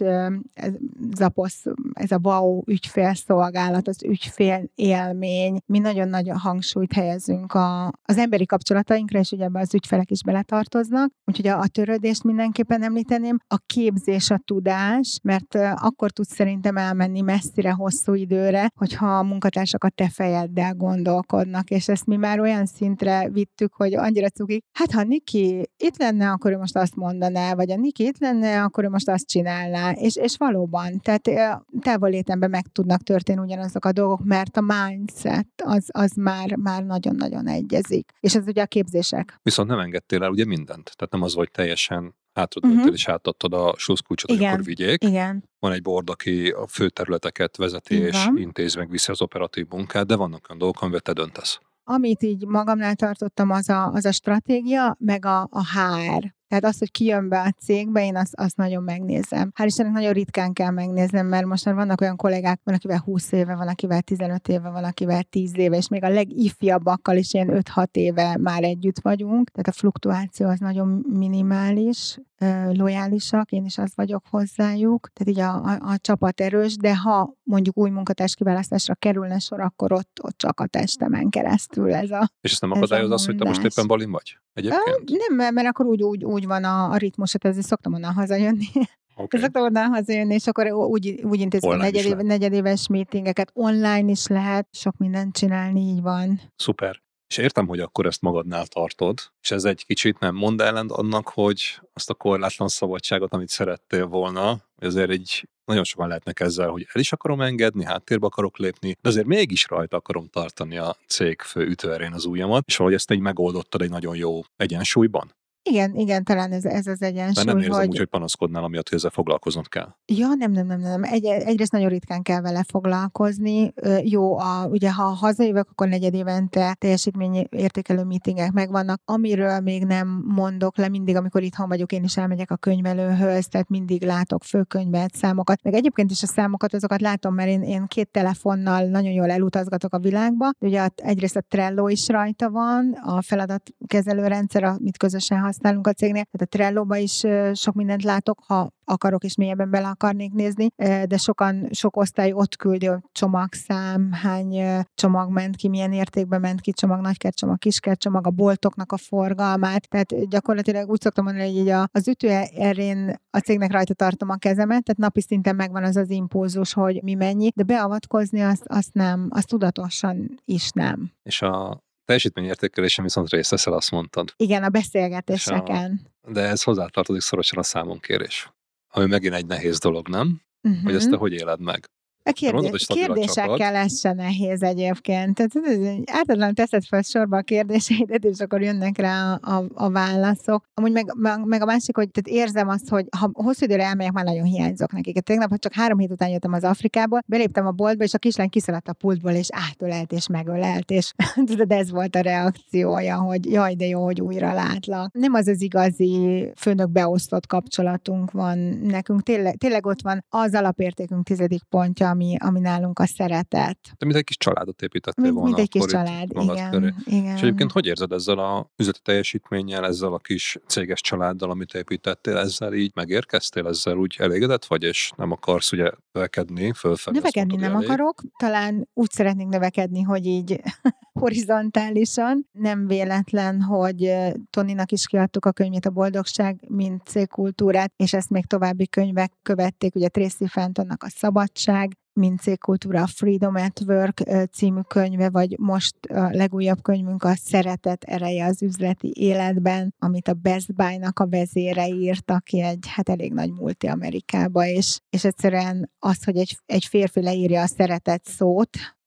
A: ez a wow ügyfélszolgálat, az ügyfél élmény. Mi nagyon nagy hangsúlyt helyezünk az emberi kapcsolatainkra, és ugye ebbe az ügyfelek is beletartoznak. Úgyhogy a törődést mindenképpen említeném. A képzés, a tudás, mert akkor tudsz szerintem elmenni messzire, hosszú időre, hogyha a munkatársak a te fejeddel gondolkodnak, és ezt mi már olyan szintre vittük, hogy annyira cukik, hát ha Niki itt lenne, akkor ő most azt mondaná, vagy a Niki itt lenne, akkor ő most azt csinálná, és valóban, tehát távollétemben meg tudnak történni ugyanazok a dolgok, mert a mindset az már nagyon-nagyon egyezik. És ez ugye a képzések.
C: Viszont nem engedtél el ugye mindent, tehát nem az, hogy teljesen hátradőltél és átadtad a sluszkulcsot, hogy akkor vigyék.
A: Igen.
C: Van egy board, aki a fő területeket vezeti és intéz meg viszi az operatív munkát, de vannak olyan dolgok, amivel te döntesz.
A: Amit így magamnál tartottam, az a stratégia, meg a HR. Tehát az, hogy ki jön be a cégbe, én azt nagyon megnézem. Hál' Istennek nagyon ritkán kell megnéznem, mert most már vannak olyan kollégák, van akivel 20 éve, van akivel 15 éve, van akivel 10 éve, és még a legifjabbakkal is ilyen 5-6 éve már együtt vagyunk. Tehát a fluktuáció az nagyon minimális, lojálisak, én is az vagyok hozzájuk. Tehát így a csapat erős, de ha mondjuk új munkatárs kiválasztásra kerülne sor, akkor ott csak a testemen keresztül ez a
C: És ezt nem akadályoz az, hogy te most éppen balin vagy? Egyébként?
A: Nem, mert akkor úgy van a ritmus, hát ezért szoktam onnan hazajönni.
C: Okay.
A: Szoktam onnan hazajönni, és akkor úgy intézzük a negyedéves meetingeket. Online is lehet sok mindent csinálni, így van.
C: Szuper. És értem, hogy akkor ezt magadnál tartod, és ez egy kicsit nem mond ellent annak, hogy azt a korlátlan szabadságot, amit szerettél volna, ezért így nagyon sokan lehetnek ezzel, hogy el is akarom engedni, háttérbe akarok lépni, de azért mégis rajta akarom tartani a cég fő ütőerén az ujjamat, és valahogy ezt így megoldottad egy nagyon jó egyensúlyban.
A: Igen, talán ez az egyensúly.
C: De nem érzem úgy, hogy panaszkodnál, amiatt, hogy ezzel foglalkoznod kell.
A: Ja, nem. Egyrészt nagyon ritkán kell vele foglalkozni. Jó, ugye ha hazajövök, akkor negyedévente teljesítményértékelő meetingek megvannak. Amiről még nem mondok le, mindig, amikor itthon vagyok, én is elmegyek a könyvelőhöz, tehát mindig látok főkönyvet, számokat. Meg egyébként is a számokat, azokat látom, mert én 2 telefonnal nagyon jól elutazgatok a világba. Ugye egyrészt a Trello is rajta van, a feladatkezelő rendszer, amit közösen használunk a cégnél, tehát a Trello-ba is sok mindent látok, ha akarok és mélyebben bele akarnék nézni, de sok osztály ott küldi, hogy csomagszám, hány csomag ment ki, milyen értékben ment ki csomag, nagykertcsomag, kiskertcsomag, a boltoknak a forgalmát, tehát gyakorlatilag úgy szoktam mondani, hogy így az ütőerén a cégnek rajta tartom a kezemet, tehát napi szinten megvan az impulzus, hogy mi mennyi, de beavatkozni azt nem, azt tudatosan is nem.
C: És a teljesítményértékelésen viszont részt veszel, azt mondtad.
A: Igen, a beszélgetéseken.
C: De ez hozzátartozik szorosan a számonkérés. Ami megint egy nehéz dolog, nem? Hogy ezt te hogy éled meg?
A: A kérdésekkel ez se nehéz egyébként. Tehát ártatlan teszed fel sorba a kérdéseidet, és akkor jönnek rá a válaszok. Amúgy meg a másik, hogy tehát érzem azt, hogy ha hosszú időre elmegyek, már nagyon hiányzok nekik. Tegnap, ha csak 3 hét után jöttem az Afrikából, beléptem a boltba, és a kislány kiszaladt a pultból, és átölelt, és megölelt, és tudod, ez volt a reakciója, hogy jaj, de jó, hogy újra látlak. Nem az igazi főnök beosztott kapcsolatunk van nekünk. Tényleg ott van az alapértékünk 10. pontja, ami nálunk a szeretet.
C: De mint egy kis családot építettél volna.
A: Mint egy kis család, igen.
C: És egyébként hogy érzed ezzel a üzleti teljesítménnyel, ezzel a kis céges családdal, amit építettél, ezzel így megérkeztél, ezzel úgy elégedett vagy, és nem akarsz ugye növekedni, fölfelé?
A: Növekedni nem akarok, talán úgy szeretnék növekedni, hogy így horizontálisan. Nem véletlen, hogy Toninak is kiadtuk a könyvét, a Boldogság, mint cégkultúrát, és ezt még további könyvek követték, ugye Tracy Fentonnak a Szabadság, mint cégkultúra, a Freedom at Work című könyve, vagy most a legújabb könyvünk a Szeretet ereje az üzleti életben, amit a Best Buy-nak a vezére írt, aki egy elég nagy multi Amerikába, és egyszerűen az, hogy egy férfi leírja a szeretet szót,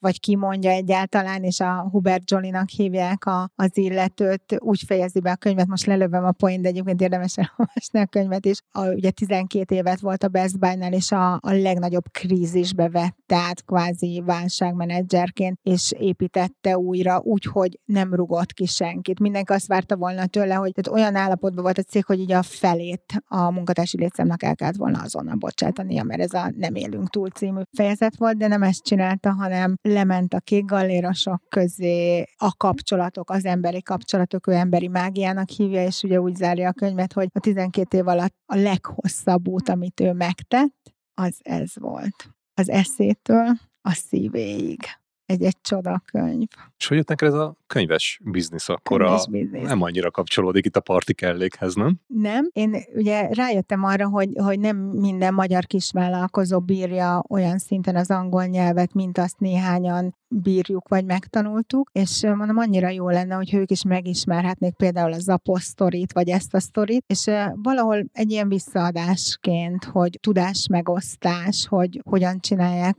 A: vagy ki mondja egyáltalán, és a Hubert Jollynak hívják az illetőt, úgy fejezi be a könyvet, most lelövöm a point, de egyébként érdemes elolvasni a könyvet is. Ugye 12 évet volt a Best Buy-nál, és a legnagyobb krízisbe vett át kvázi válságmenedzserként, és építette újra úgy, hogy nem rugott ki senkit. Mindenki azt várta volna tőle, hogy tehát olyan állapotban volt a cég, hogy így a felét a munkatársi létszámnak el kellett volna azonnal bocsátania, mert ez a Nem élünk túl című fejezet volt, de nem ezt csinálta, hanem lement a kék gallérosok közé, a kapcsolatok, az emberi kapcsolatok, ő emberi mágiának hívja, és ugye úgy zárja a könyvet, hogy a 12 év alatt a leghosszabb út, amit ő megtett, az ez volt. Az eszétől a szívéig. Egy csodakönyv.
C: És hogy jött neked ez a könyves biznisz akkor? Nem annyira kapcsolódik itt a parti kellékhez, nem?
A: Nem. Én ugye rájöttem arra, hogy nem minden magyar kisvállalkozó bírja olyan szinten az angol nyelvet, mint azt néhányan bírjuk, vagy megtanultuk, és mondom, annyira jó lenne, hogy ők is megismerhetnék például a Zappos sztorit, vagy ezt a sztorit, és valahol egy ilyen visszaadásként, hogy tudásmegosztás, hogy hogyan csinálják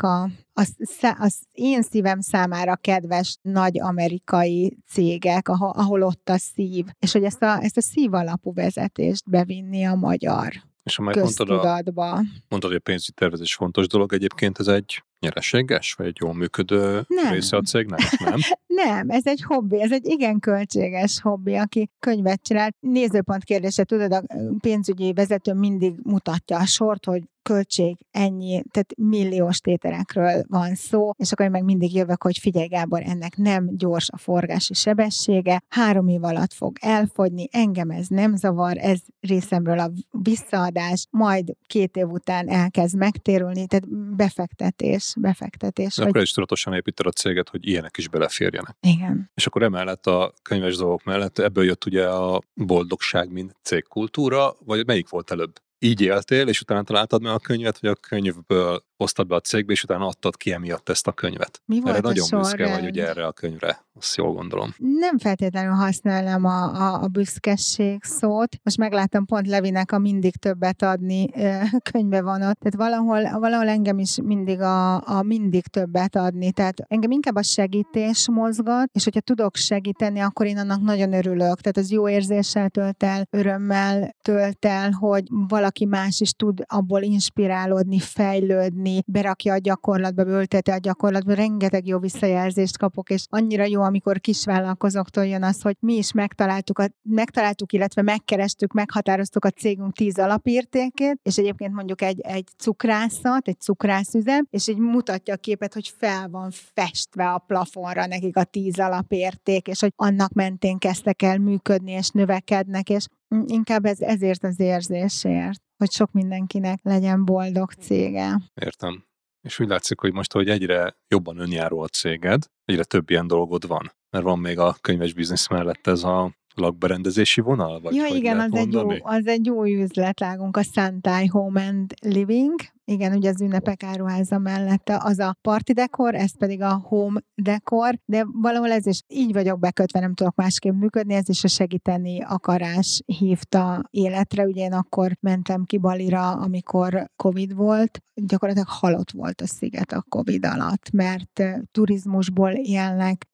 A: az én szívem számára kedves nagy amerikai cégek, ahol ott a szív, és hogy ezt a szív alapú vezetést bevinni a magyar köztudatba.
C: Mondtad, hogy a pénzügyi tervezés fontos dolog, egyébként ez egy nyereséges, vagy egy jól működő része a cégnek? Nem?
A: Nem, ez egy hobbi, ez egy igen költséges hobbi, aki könyvet csinál. Nézőpont kérdése, tudod, a pénzügyi vezető mindig mutatja a sort, hogy költség ennyi, tehát milliós tételekről van szó, és akkor én meg mindig jövök, hogy figyelj Gábor, ennek nem gyors a forgási sebessége, 3 év alatt fog elfogyni, engem ez nem zavar, ez részemről a visszaadás, majd 2 év után elkezd megtérülni, tehát befektetés.
C: Akkor is tudatosan építed a céget, hogy ilyenek is beleférjenek.
A: Igen.
C: És akkor emellett a könyves dolgok mellett ebből jött ugye a boldogság, mint cégkultúra, vagy melyik volt előbb? Így éltél, és utána találtad meg a könyvet, vagy a könyvből hoztad be a cégbe, és utána adtad ki emiatt ezt a könyvet.
A: Mi volt
C: erre
A: a
C: nagyon
A: sorrend?
C: büszke vagy ugye erre a könyvre, azt jól gondolom.
A: Nem feltétlenül használnám a büszkeség szót. Most megláttam pont Levinek a Mindig többet adni könyve van ott. Tehát valahol engem is mindig a mindig többet adni. Tehát engem inkább a segítés mozgat, és hogyha tudok segíteni, akkor én annak nagyon örülök. Tehát az jó érzéssel tölt el, örömmel tölt el, hogy valaki más is tud abból inspirálódni, fejlődni, berakja a gyakorlatba, beülteti a gyakorlatba, rengeteg jó visszajelzést kapok, és annyira jó, amikor kisvállalkozóktól jön az, hogy mi is megtaláltuk, illetve megkerestük, meghatároztuk a cégünk 10 alapértékét, és egyébként mondjuk egy cukrászat, egy cukrászüzem, és így mutatja a képet, hogy fel van festve a plafonra nekik a 10 alapérték, és hogy annak mentén kezdtek el működni, és növekednek, és inkább ezért az érzésért, hogy sok mindenkinek legyen boldog cége.
C: Értem. És úgy látszik, hogy most, hogy egyre jobban önjáró a céged, egyre több ilyen dolgod van. Mert van még a könyves biznisz mellett ez a lakberendezési vonal? Vagy
A: ja, igen, az egy új üzletlágunk, a Santai Home and Living. Igen, ugye az ünnepek áruháza mellette az a party decor, ez pedig a home decor, de valahol ez is így vagyok bekötve, nem tudok másképp működni, ez is a segíteni akarás hívta életre. Ugye én akkor mentem ki Balira, amikor Covid volt, gyakorlatilag halott volt a sziget a Covid alatt, mert turizmusból élnek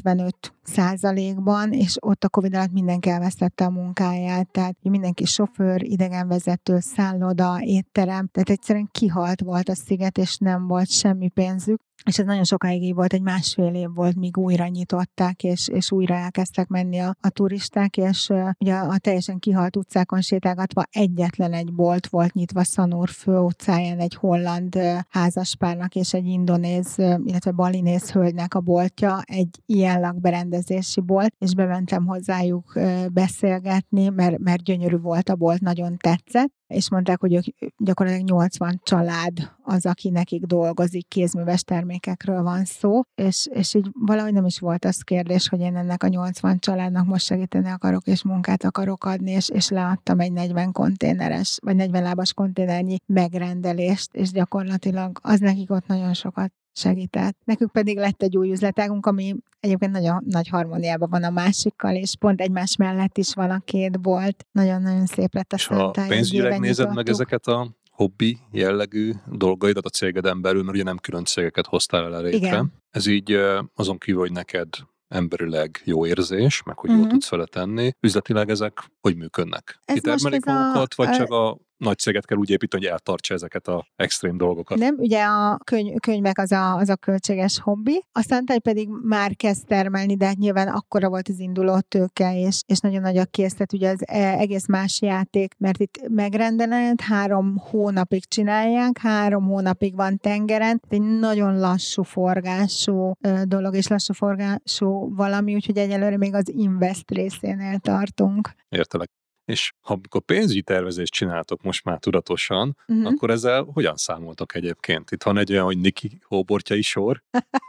A: 75%-ban, és ott a Covid alatt mindenki elvesztette a munkáját, tehát mindenki sofőr, idegenvezető, szálloda, étterem, tehát egyszerűen kihalt volt a sziget, és nem volt semmi pénzük. És ez nagyon sokáig így volt, egy 1,5 év volt, míg újra nyitották, és újra elkezdtek menni a turisták, és ugye a teljesen kihalt utcákon sétálgatva egyetlen egy bolt volt nyitva Sanur főutcáján, egy holland házaspárnak és egy indonéz, illetve balinéz hölgynek a boltja, egy ilyen lakberendezési bolt, és bementem hozzájuk beszélgetni, mert gyönyörű volt a bolt, nagyon tetszett, és mondták, hogy ők gyakorlatilag 80 család az, aki nekik dolgozik, kézműves termékekről van szó, és így valahogy nem is volt az kérdés, hogy én ennek a 80 családnak most segíteni akarok, és munkát akarok adni, és leadtam egy 40 konténeres, vagy 40 lábas konténernyi megrendelést, és gyakorlatilag az nekik ott nagyon sokat segített. Nekünk pedig lett egy új üzletágunk, ami egyébként nagyon nagy harmóniában van a másikkal, és pont egymás mellett is van a két bolt. Nagyon-nagyon szép lett a Santai.
C: És ha pénzügyileg nézed meg ezeket a hobbi jellegű dolgaidat a cégeden belül, mert ugye nem külön cégeket hoztál el létre.
A: Igen.
C: Ez így azon kívül, hogy neked emberileg jó érzés, meg hogy jól tudsz vele tenni, üzletileg ezek hogy működnek? Kitermelik magukat, vagy csak a nagy céget kell úgy építeni, hogy eltartsa ezeket az extrém dolgokat?
A: Nem, ugye a könyvek az a költséges hobbi, a Suntai pedig már kezd termelni, de hát nyilván akkora volt az induló tőke, és nagyon nagy a készlet, ugye az egész más játék, mert itt megrendeled, 3 hónapig csinálják, 3 hónapig van tengeren, egy nagyon lassú forgású dolog, és lassú forgású valami, úgyhogy egyelőre még az invest részénél tartunk.
C: Értelek. És ha amikor pénzügyi tervezést csináltok most már tudatosan, akkor ezzel hogyan számoltok egyébként? Itt van egy olyan, hogy Niki hóbortjai sor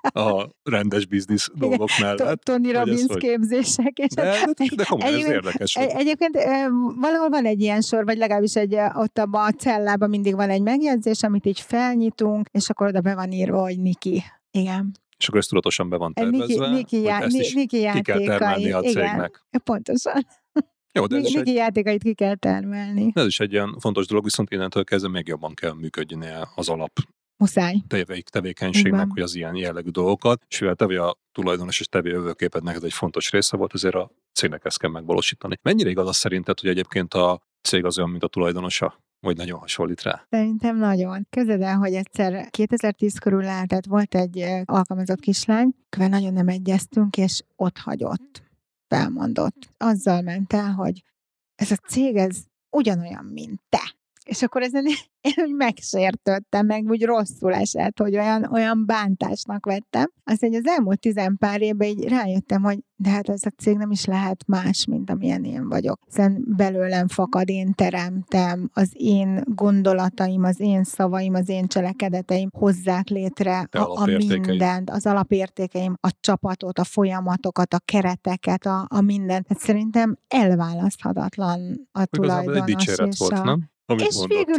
C: a rendes biznisz dolgok mellett.
A: Tony Robbins képzések.
C: De komoly, ez érdekes.
A: Egyébként valahol van egy ilyen sor, vagy legalábbis ott abban a cellában mindig van egy megjegyzés, amit így felnyitunk, és akkor oda be van írva, hogy Niki. Igen.
C: És akkor ez tudatosan be van tervezve,
A: Niki
C: ki kell termelni a cégnek.
A: Igen, pontosan.
C: Jó, de
A: Niki játékait ki kell termelni.
C: Ez is egy ilyen fontos dolog, viszont innentől kezdve még jobban kell működnie az alap
A: muszáj
C: tevékenységnek, hogy az ilyen jellegű dolgokat, és mivel te vagy a tulajdonos, és te vagy a jövőképed neked egy fontos része volt, azért a cégnek ezt kell megvalósítani. Mennyire igaz az szerinted, hogy egyébként a cég az olyan, mint a tulajdonosa? Vagy nagyon hasonlít rá?
A: Szerintem nagyon. Képzeld el, hogy egyszer 2010 körül lehetett, volt egy alkalmazott kislány, akivel nagyon nem egyeztünk, és ott hagyott. Felmondott. Azzal ment el, hogy ez a cég, ez ugyanolyan, mint te. És akkor ezen én úgy megsértődtem, meg úgy rosszul esett, hogy olyan bántásnak vettem. Aztán az elmúlt 10 pár évben így rájöttem, hogy de hát ez a cég nem is lehet más, mint amilyen én vagyok. Hiszen belőlem fakad, én teremtem, az én gondolataim, az én szavaim, az én cselekedeteim hozzák létre a mindent, az alapértékeim, a csapatot, a folyamatokat, a kereteket, a mindent. Hát szerintem elválaszthatatlan a tulajdonos.
C: Egy dicséret volt, nem?
A: És végül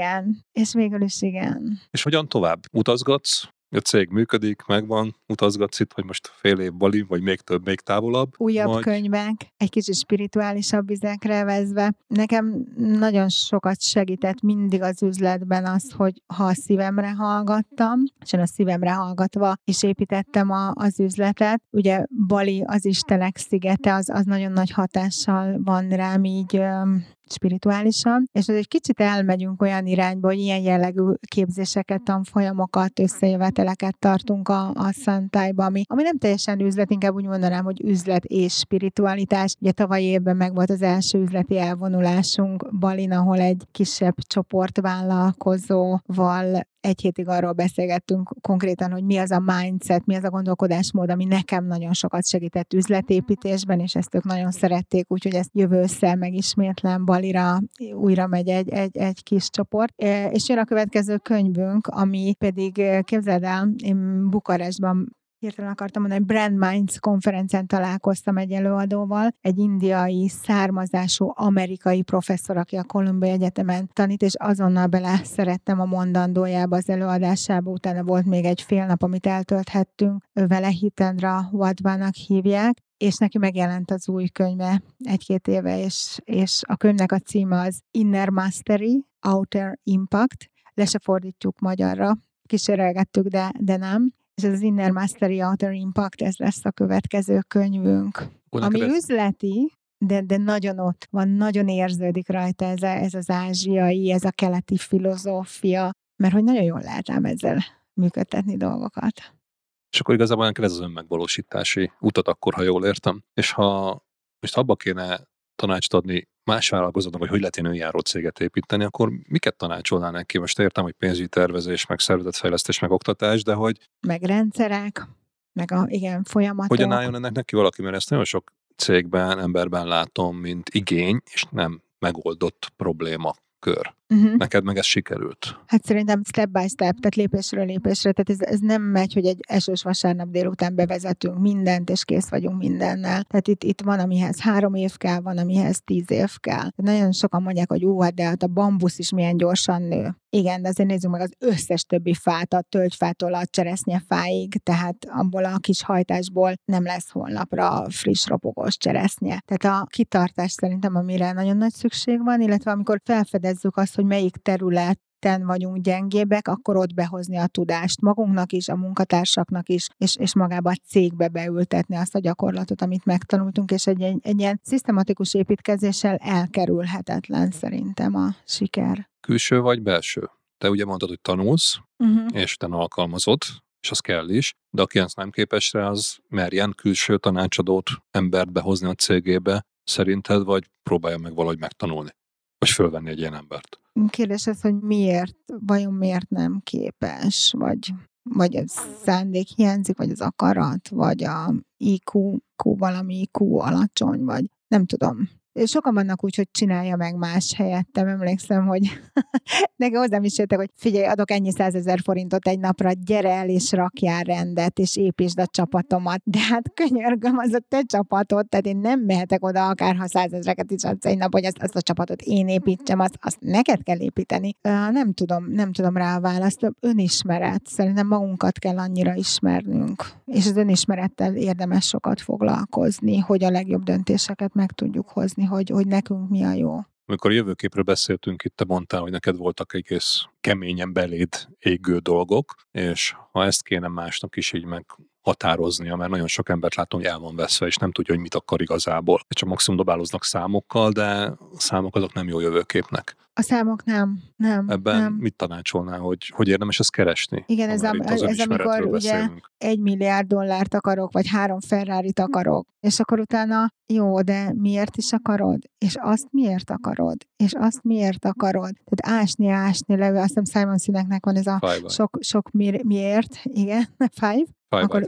A: is igen.
C: És hogyan tovább? Utazgatsz? A cég működik, megvan, utazgatsz itt, hogy most fél év Bali, vagy még több, még távolabb?
A: Újabb könyvek, egy kicsit spirituálisabb vizekre vezve. Nekem nagyon sokat segített mindig az üzletben az, hogy ha a szívemre hallgattam, és én a szívemre hallgatva is építettem az üzletet. Ugye Bali, az Istenek szigete, az nagyon nagy hatással van rám így spirituálisan, és az egy kicsit elmegyünk olyan irányba, hogy ilyen jellegű képzéseket, tanfolyamokat, összejöveteleket tartunk a Suntai-ba, ami nem teljesen üzlet, inkább úgy mondanám, hogy üzlet és spiritualitás. Ugye tavalyi évben meg volt az első üzleti elvonulásunk Balin, ahol egy kisebb csoportvállalkozóval egy hétig arról beszélgettünk konkrétan, hogy mi az a mindset, mi az a gondolkodásmód, ami nekem nagyon sokat segített üzletépítésben, és ezt ők nagyon szerették, úgyhogy ezt jövő ősszel megismétlem Balira, újra megy egy kis csoport. És jön a következő könyvünk, ami pedig, képzeld el, én Bukarestban hirtelen akartam mondani, Brand Minds konferencián találkoztam egy előadóval, egy indiai származású amerikai professzor, aki a Columbia Egyetemen tanít, és azonnal bele szerettem a mondandójába, az előadásába, utána volt még egy fél nap, amit eltölthettünk vele, Hitendra Wadhwanak hívják, és neki megjelent az új könyve 1-2 éve, és a könyvnek a címe az Inner Mastery, Outer Impact, le se fordítjuk magyarra, kísérelgettük, de nem. És ez az Inner Mastery, Outer Impact, ez lesz a következő könyvünk. Ami üzleti, de nagyon ott van, nagyon érződik rajta ez az ázsiai, ez a keleti filozófia, mert hogy nagyon jól lehet ám ezzel működtetni dolgokat.
C: És akkor igazából ez az önmegvalósítási utat akkor, ha jól értem. És ha most abba kéne tanácsot adni más vállalkozónak, hogy lehet én önjáró céget építeni, akkor miket tanácsolnál neki? Most értem, hogy pénzügyi tervezés, meg szervezetfejlesztés, meg oktatás, de hogy...
A: Meg rendszerek, meg folyamatok.
C: Hogyan álljon ennek neki valaki, mert ezt nagyon sok cégben, emberben látom, mint igény, és nem megoldott problémakör. Neked meg ez sikerült.
A: Hát szerintem step by step, tehát lépésről lépésre, tehát ez nem megy, hogy egy esős vasárnap délután bevezetünk mindent, és kész vagyunk mindennel. Tehát itt van, amihez 3 év kell, van, amihez 10 év kell. Tehát nagyon sokan mondják, hogy de hát a bambusz is milyen gyorsan nő. Igen, de azért nézzük meg az összes többi fát, a tölgyfától a cseresznyefáig, tehát abból a kis hajtásból nem lesz holnapra friss ropogós cseresznye. Tehát a kitartás szerintem, amire nagyon nagy szükség van, illetve amikor felfedezzük azt, hogy melyik terület itten vagyunk gyengébbek, akkor ott behozni a tudást magunknak is, a munkatársaknak is, és magába a cégbe beültetni azt a gyakorlatot, amit megtanultunk, és egy ilyen szisztematikus építkezéssel elkerülhetetlen szerintem a siker.
C: Külső vagy belső? Te ugye mondtad, hogy tanulsz, és te alkalmazod, és az kell is, de aki ezt nem képes rá, az merjen külső tanácsadót, embert behozni a cégébe, szerinted, vagy próbálja meg valahogy megtanulni? Vagy fölvenni egy ilyen embert?
A: Kérdés az, hogy vajon miért nem képes, vagy a szándék hiányzik, vagy az akarat, vagy a IQ valami IQ alacsony, vagy nem tudom. Sokan vannak úgy, hogy csinálja meg más helyettem. Emlékszem, hogy nekem hozzám is jöttek, hogy figyelj, adok ennyi 100 000 forintot egy napra, gyere el és rakjál rendet, és építsd a csapatomat. De hát könyörgöm, az a te csapatod, tehát én nem mehetek oda, akár ha 100 000-eket is adsz egy nap, hogy azt a csapatot én építsem, azt neked kell építeni. Nem tudom rá a választ. Önismeret. Szerintem magunkat kell annyira ismernünk. És az önismerettel érdemes sokat foglalkozni, hogy a legjobb döntéseket meg tudjuk hozni, hogy nekünk mi a jó.
C: Amikor a jövőképről beszéltünk, itt te mondtál, hogy neked voltak egész keményen beléd égő dolgok, és ha ezt kéne másnak is így meghatároznia, mert nagyon sok embert látom, hogy el van veszve, és nem tudja, hogy mit akar igazából. És csak maximum dobálóznak számokkal, de a számok azok nem jó jövőképnek.
A: A számok nem.
C: Ebben mit tanácsolnál, hogy érdemes ezt keresni?
A: Igen, ez amikor ugye $1 milliárd akarok, vagy 3 Ferrarit akarok, és akkor utána jó, de miért is akarod? És azt miért akarod? És azt miért akarod? Tehát ásni levő, azt hiszem Simon Sineknek van ez a sok miért, igen, 5. Akkor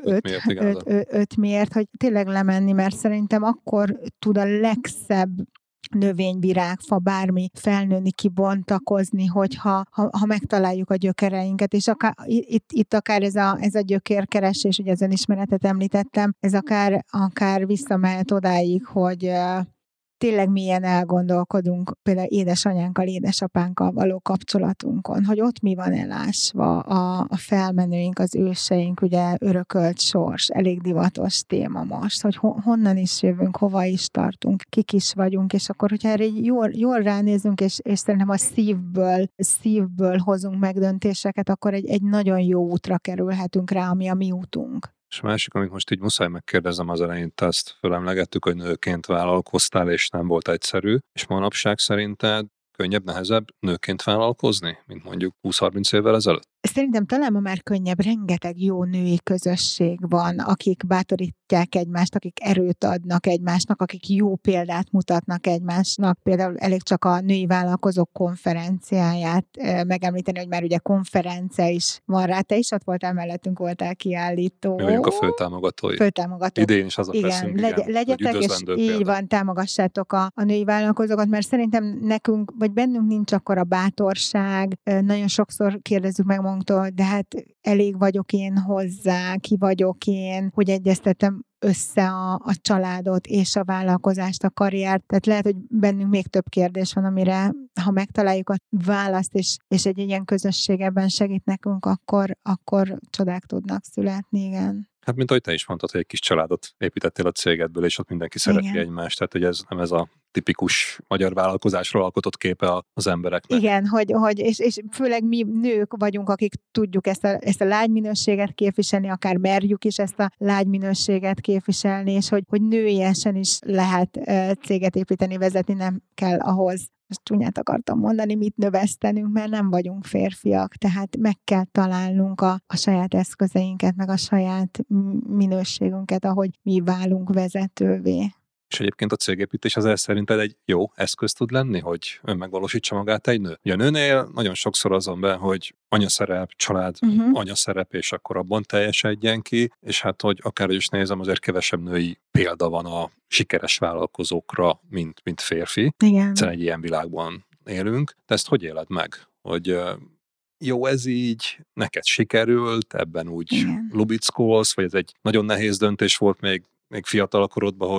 A: 5 miért, hogy tényleg lemenni, mert szerintem akkor tud a legszebb növény, virágfa, bármi felnőni, kibontakozni, hogyha megtaláljuk a gyökereinket, és itt akár ez a gyökérkeresés, ugye az önismeretet említettem, ez akár visszamehet odáig, hogy tényleg mélyen elgondolkodunk például édesanyánkkal, édesapánkkal való kapcsolatunkon, hogy ott mi van elásva, a felmenőink, az őseink, ugye örökölt sors, elég divatos téma most, hogy honnan is jövünk, hova is tartunk, kik is vagyunk, és akkor, hogyha erre jól ránézünk, és szerintem a szívből hozunk meg döntéseket, akkor egy nagyon jó útra kerülhetünk rá, ami a mi útunk.
C: És a másik, amit most így muszáj megkérdezem az elején, te azt fölemlegettük, hogy nőként vállalkoztál, és nem volt egyszerű, és manapság szerinted könnyebb, nehezebb nőként vállalkozni, mint mondjuk 20-30 évvel ezelőtt?
A: Szerintem talán ma már könnyebb, rengeteg jó női közösség van, akik bátorítják egymást, akik erőt adnak egymásnak, akik jó példát mutatnak egymásnak. Például elég csak a női vállalkozók konferenciáját megemlíteni, hogy már ugye konferencia is van rá. Te is ott voltál, mellettünk voltál kiállító.
C: Mi vagyunk a főtámogatói. Idén is azok leszünk,
A: legyetek, és így van, támogassátok a női vállalkozókat, mert szerintem nekünk, vagy bennünk nincs akkora bátorság. Nagyon sokszor kérdezzük meg magunktól, de hát elég vagyok én hozzá, ki vagyok én, hogy egyeztetem össze a családot és a vállalkozást, a karriert. Tehát lehet, hogy bennünk még több kérdés van, amire ha megtaláljuk a választ, és egy ilyen közösség ebben segít nekünk, akkor csodák tudnak születni, igen.
C: Hát, mint ahogy te is mondtad, hogy egy kis családot építettél a cégedből, és ott mindenki szereti egymást, tehát hogy ez nem ez a tipikus magyar vállalkozásról alkotott képe az embereknek.
A: Igen, és főleg mi nők vagyunk, akik tudjuk ezt a lágy minőséget képviselni, akár merjük is ezt a lágy minőséget képviselni, és hogy nőiesen is lehet céget építeni, vezetni, nem kell ahhoz, most csúnyát akartam mondani, mit növesztenünk, mert nem vagyunk férfiak, tehát meg kell találnunk a saját eszközeinket, meg a saját minőségünket, ahogy mi válunk vezetővé.
C: És egyébként a cégépítés az szerinted egy jó eszköz tud lenni, hogy megvalósítsa magát egy nő? Ugye a nőnél nagyon sokszor azon be, hogy anyaszerep, család, anyaszerep, és akkor abban teljesedjen ki, és hát, hogy akárhogy is nézem, azért kevesebb női példa van a sikeres vállalkozókra, mint férfi.
A: Igen.
C: Hiszen egy ilyen világban élünk. Te ezt hogy éled meg? Hogy jó ez így, neked sikerült, ebben úgy lubickolsz, vagy ez egy nagyon nehéz döntés volt még fiatal korodban, hogy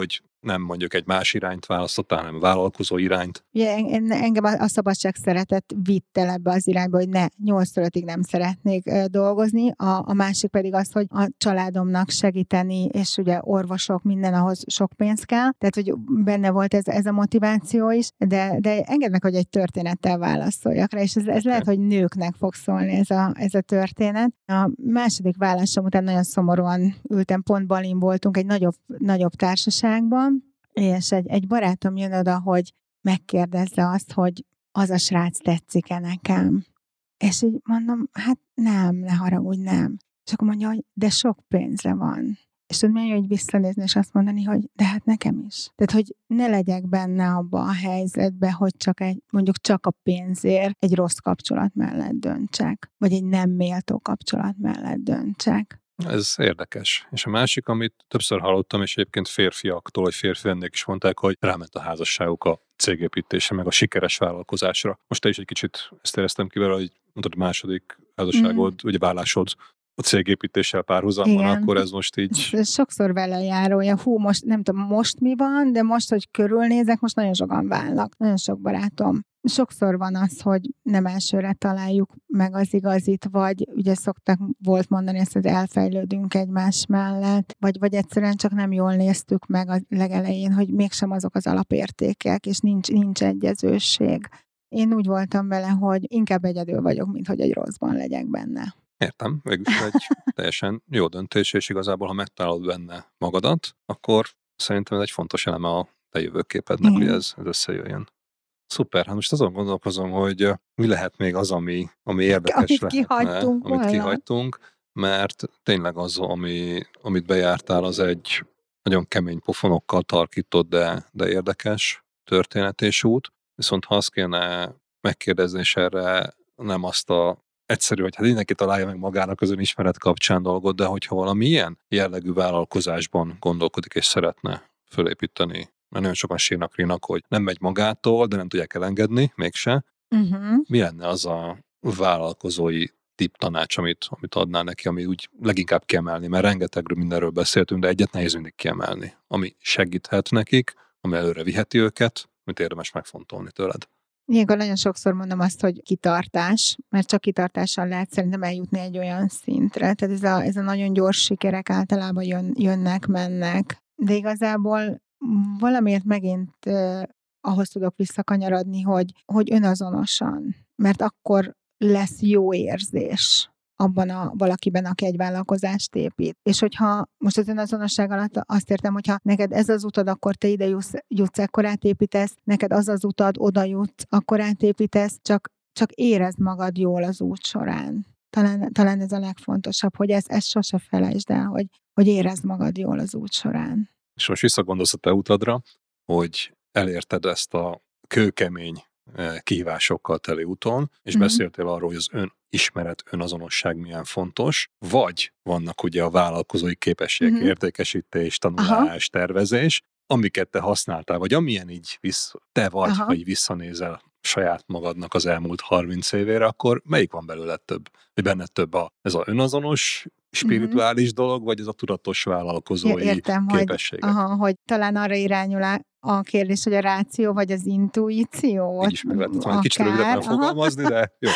C: nem mondjuk egy más irányt választottál, hanem vállalkozó irányt.
A: Ja, engem a szabadság szeretet vitt el ebbe az irányba, hogy 8-5-ig nem szeretnék dolgozni. A másik pedig az, hogy a családomnak segíteni, és ugye orvosok, minden, ahhoz sok pénz kell. Tehát, hogy benne volt ez a motiváció is, de engedd meg, hogy egy történettel válaszoljak rá, és ez lehet, hogy nőknek fog szólni ez a történet. A második vállásom után nagyon szomorúan ültem, pont Balin voltunk egy nagyobb társaságban, és egy barátom jön oda, hogy megkérdezze azt, hogy az a srác tetszik-e nekem. És így mondom, hát nem, ne haragudj, nem. És akkor mondja, hogy de sok pénze van. És tudod, milyen jó, hogy visszanézni, és azt mondani, hogy de hát nekem is. Tehát, hogy ne legyek benne abba a helyzetbe, hogy mondjuk csak a pénzért egy rossz kapcsolat mellett döntsek, vagy egy nem méltó kapcsolat mellett döntsek.
C: Ez érdekes. És a másik, amit többször hallottam, és egyébként férfiaktól, vagy férfi vendégek is mondták, hogy ráment a házasságuk a cégépítése, meg a sikeres vállalkozásra. Most te is egy kicsit ezt éreztem ki vele, hogy mondtad, második házasságod, ugye vállásod a cégépítéssel párhuzamban, akkor ez most így...
A: Ez sokszor vele járója. Most nem tudom, most mi van, de most, hogy körülnézek, most nagyon sokan válnak. Nagyon sok barátom. Sokszor van az, hogy nem elsőre találjuk meg az igazit, vagy ugye volt mondani ezt, hogy elfejlődünk egymás mellett, vagy egyszerűen csak nem jól néztük meg a legelején, hogy mégsem azok az alapértékek, és nincs egyezőség. Én úgy voltam vele, hogy inkább egyedül vagyok, mint hogy egy rosszban legyek benne.
C: Értem, végülis egy teljesen jó döntés, és igazából, ha megtalálod benne magadat, akkor szerintem ez egy fontos eleme a te jövőképednek, hogy ez összejöjjön. Szuper, hát most azon gondolkozom, hogy mi lehet még az, ami érdekes lehetne, amit kihagytunk, mert tényleg az, amit bejártál, az egy nagyon kemény pofonokkal tarkított, de érdekes történet és út. Viszont ha azt kéne megkérdezni, és erre nem azt a egyszerű, hogy hát mindenki találja meg magának az önismeret kapcsán dolgot, de hogyha valami ilyen jellegű vállalkozásban gondolkodik és szeretne fölépíteni, mert nagyon sokan sírnak, hogy nem megy magától, de nem tudják elengedni, mégse. Mi lenne az a vállalkozói tipptanács, amit adnál neki, ami úgy leginkább kiemelni, mert rengetegről mindenről beszéltünk, de egyet nehéz mindig kiemelni, ami segíthet nekik, ami előre viheti őket, amit érdemes megfontolni tőled.
A: Ilyenkor nagyon sokszor mondom azt, hogy kitartás, mert csak kitartással lehet szerintem eljutni egy olyan szintre. Tehát ez a nagyon gyors sikerek általában jönnek, mennek, de igazából valamiért megint ahhoz tudok visszakanyarodni, hogy önazonosan, mert akkor lesz jó érzés abban valakiben, aki egy vállalkozást épít. És hogyha most az önazonosság alatt azt értem, hogyha neked ez az utad, akkor te ide jutsz, akkor átépítesz, neked az az utad, oda jutsz, akkor átépítesz, csak érezd magad jól az út során. Talán ez a legfontosabb, hogy ezt sose felejtsd el, hogy érezd magad jól az út során.
C: És most visszagondolsz a te utadra, hogy elérted ezt a kőkemény kihívásokkal teli úton, és beszéltél arról, hogy az önismeret, önazonosság milyen fontos, vagy vannak ugye a vállalkozói képességek, értékesítés, tanulás, tervezés, amiket te használtál, vagy amilyen így te vagy, ha így visszanézel saját magadnak az elmúlt 30 évére, akkor melyik van belőle több? Vagy benned több ez a önazonos, spirituális dolog, vagy ez a tudatos vállalkozói képességek?
A: Hogy talán arra irányul a kérdés, hogy a ráció, vagy az intuíció.
C: Így is megvettem, kicsit rövidebben fogalmazni, de jó.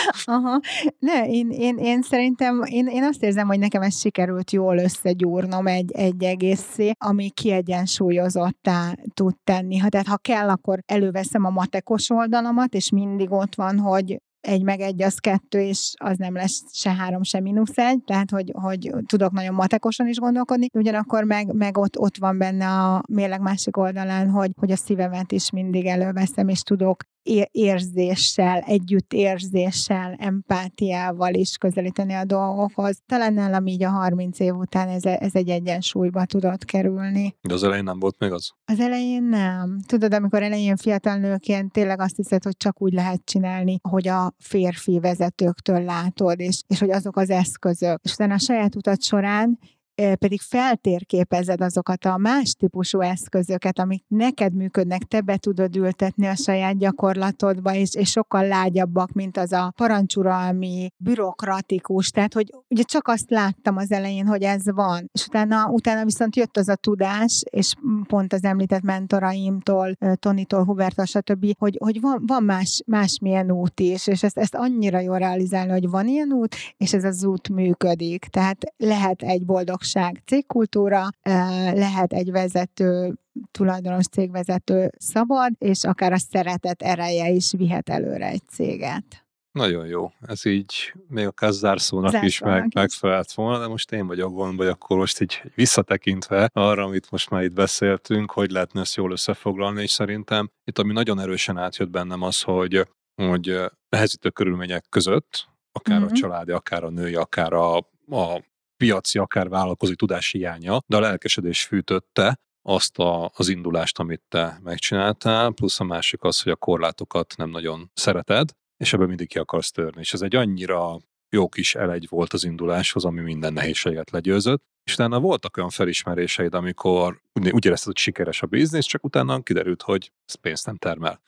A: Ne, én szerintem, én azt érzem, hogy nekem ez sikerült jól összegyúrnom egy egészé, ami kiegyensúlyozottá tud tenni. Tehát ha kell, akkor előveszem a matekos oldalamat, és mindig ott van, hogy 1 meg 1 az 2, és az nem lesz se 3, se -1, tehát hogy tudok nagyon matekosan is gondolkodni, ugyanakkor meg ott van benne a mérleg másik oldalán, hogy a szívemet is mindig előveszem, és tudok érzéssel, együttérzéssel, empátiával is közelíteni a dolgokhoz. Talán nálam így a 30 év után ez egy egyensúlyba tudott kerülni.
C: De az elején nem volt még az?
A: Az elején nem. Tudod, amikor elején fiatal nőként tényleg azt hiszed, hogy csak úgy lehet csinálni, hogy a férfi vezetőktől látod, és hogy azok az eszközök. És utána a saját utat során pedig feltérképezed azokat a más típusú eszközöket, amik neked működnek, te be tudod ültetni a saját gyakorlatodba, és sokkal lágyabbak, mint az a parancsuralmi, bürokratikus, tehát, hogy ugye csak azt láttam az elején, hogy ez van, és utána viszont jött az a tudás, és pont az említett mentoraimtól, Tonitól, Hubertól, stb., hogy van másmilyen út is, és ezt annyira jól realizálni, hogy van ilyen út, és ez az út működik. Tehát lehet egy boldogság cégkultúra, lehet egy vezető, tulajdonos cégvezető szabad, és akár a szeretet ereje is vihet előre egy céget.
C: Nagyon jó. Ez így még akár zárszónak is megfelelt volna, de most én vagyok gondba, hogy akkor most így visszatekintve arra, amit most már itt beszéltünk, hogy lehetne ezt jól összefoglalni, és szerintem itt ami nagyon erősen átjött bennem az, hogy nehezítő körülmények között, akár a családi, akár a női, akár a piaci, akár vállalkozói tudás hiánya, de a lelkesedés fűtötte azt az indulást, amit te megcsináltál, plusz a másik az, hogy a korlátokat nem nagyon szereted, és ebből mindig ki akarsz törni. És ez egy annyira jó kis elegy volt az induláshoz, ami minden nehézséget legyőzött, és utána voltak olyan felismeréseid, amikor úgy érezted, hogy sikeres a biznisz, csak utána kiderült, hogy ez pénzt nem termel,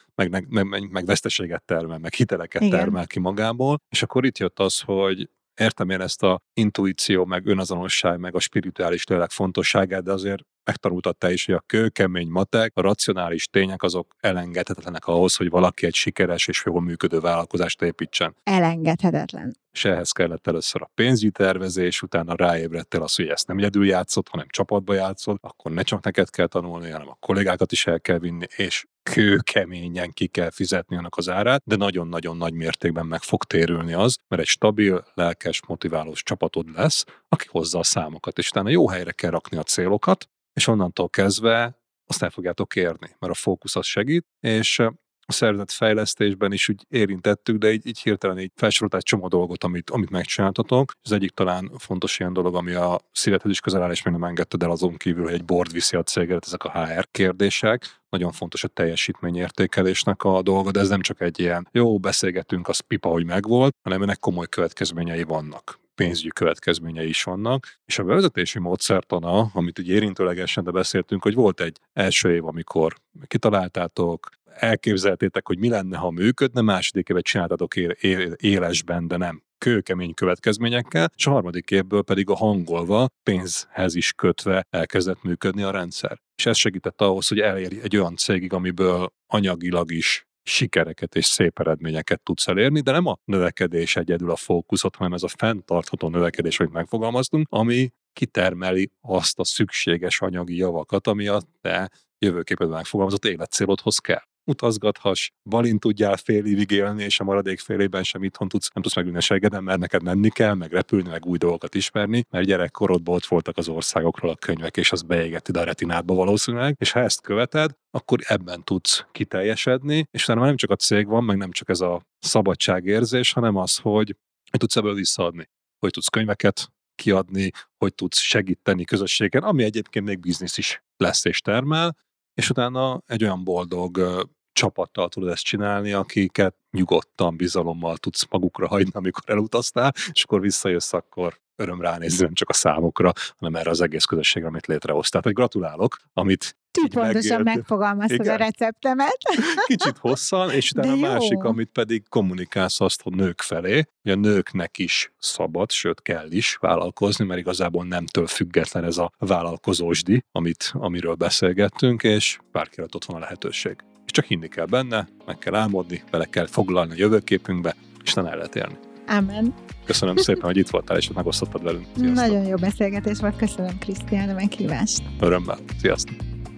C: meg veszteséget termel, meg hiteleket termel ki magából, és akkor itt jött az, hogy értem én ezt a intuíció, meg önazonosság, meg a spirituális lélek fontosságát, de azért megtanultad te is, hogy a kőkemény matek, a racionális tények azok elengedhetetlenek ahhoz, hogy valaki egy sikeres és jól működő vállalkozást építsen.
A: Elengedhetetlen.
C: És ehhez kellett először a pénzügyi tervezés, utána ráébredtél az, hogy ezt nem egyedül játszod, hanem csapatba játszod, akkor ne csak neked kell tanulni, hanem a kollégákat is el kell vinni, és kőkeményen ki kell fizetni annak az árát, de nagyon-nagyon nagy mértékben meg fog térülni az, mert egy stabil, lelkes, motiválós csapatod lesz, aki hozza a számokat, és utána jó helyre kell rakni a célokat, és onnantól kezdve azt el fogjátok érni, mert a fókusz az segít, és a szervezetfejlesztésben is úgy érintettük, de így hirtelen így felsorolt egy csomó dolgot, amit megcsináltatok. Az egyik talán fontos ilyen dolog, ami a szívedhez is közel áll, és még nem engedted el azon kívül, hogy egy board viszi a céget, ezek a HR kérdések. Nagyon fontos a teljesítményértékelésnek a dolga, de ez nem csak egy ilyen jó, beszélgetünk, az pipa, hogy megvolt, hanem ennek komoly következményei vannak. Pénzügyi következményei is vannak, és a vezetési módszertana, amit így érintőlegesen de beszéltünk, hogy volt egy első év, amikor kitaláltátok, elképzeltétek, hogy mi lenne, ha működne, második évet csináltatok élesben, de nem kőkemény következményekkel, és a harmadik évből pedig a hangolva, pénzhez is kötve elkezdett működni a rendszer. És ez segített ahhoz, hogy elérj egy olyan cégig, amiből anyagilag is sikereket és szép eredményeket tudsz elérni, de nem a növekedés egyedül a fókuszot, hanem ez a fenntartható növekedés, amit megfogalmaztunk, ami kitermeli azt a szükséges anyagi javakat, ami a te jövőképedben megfogalmazott életcélodhoz kell. Utazgathass, balint tudjál fél évig élni, és a maradék fél évben sem itthon nem tudsz megülni a segeden, mert neked menni kell, meg repülni, meg új dolgokat ismerni, mert gyerekkorodban ott voltak az országokról a könyvek, és az beégett ide a retinádba valószínűleg, és ha ezt követed, akkor ebben tudsz kiteljesedni, és utána nem csak a cég van, meg nem csak ez a szabadságérzés, hanem az, hogy tudsz ebből visszaadni, hogy tudsz könyveket kiadni, hogy tudsz segíteni közösségen, ami egyébként még biznisz is lesz és termel, és utána egy olyan boldog csapattal tudod ezt csinálni, akiket nyugodtan, bizalommal tudsz magukra hagyni, amikor elutaztál, és akkor visszajössz, akkor öröm ránézni nem csak a számokra, hanem erre az egész közösségre, amit létrehoztál. Tehát gratulálok, amit
A: pontosan megfogalmaztad a receptemet.
C: Kicsit hosszan, és utána a másik, amit pedig kommunikálsz azt a nők felé, hogy a nőknek is szabad, sőt kell is vállalkozni, mert igazából nemtől független ez a vállalkozósdi, amiről beszélgettünk, és bárkire ott van a lehetőség. És csak hinni kell benne, meg kell álmodni, bele kell foglalni a jövőképünkbe, és nem el lehet élni.
A: Amen.
C: Köszönöm szépen, hogy itt voltál, és megosztottad velünk. Sziasztok.
A: Nagyon jó beszélgetés volt, köszönöm Krisztián a meghívást.
C: Örömmel. Sziasztok.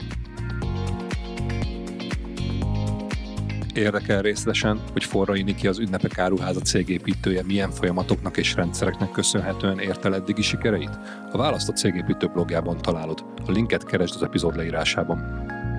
C: Érdekel részletesen, hogy Forrai Niki, az Ünnepek Áruháza cégépítője milyen folyamatoknak és rendszereknek köszönhetően ért el eddigi sikereit? A választ a Cégépítő blogjában találod. A linket keresd az epizód leírásában.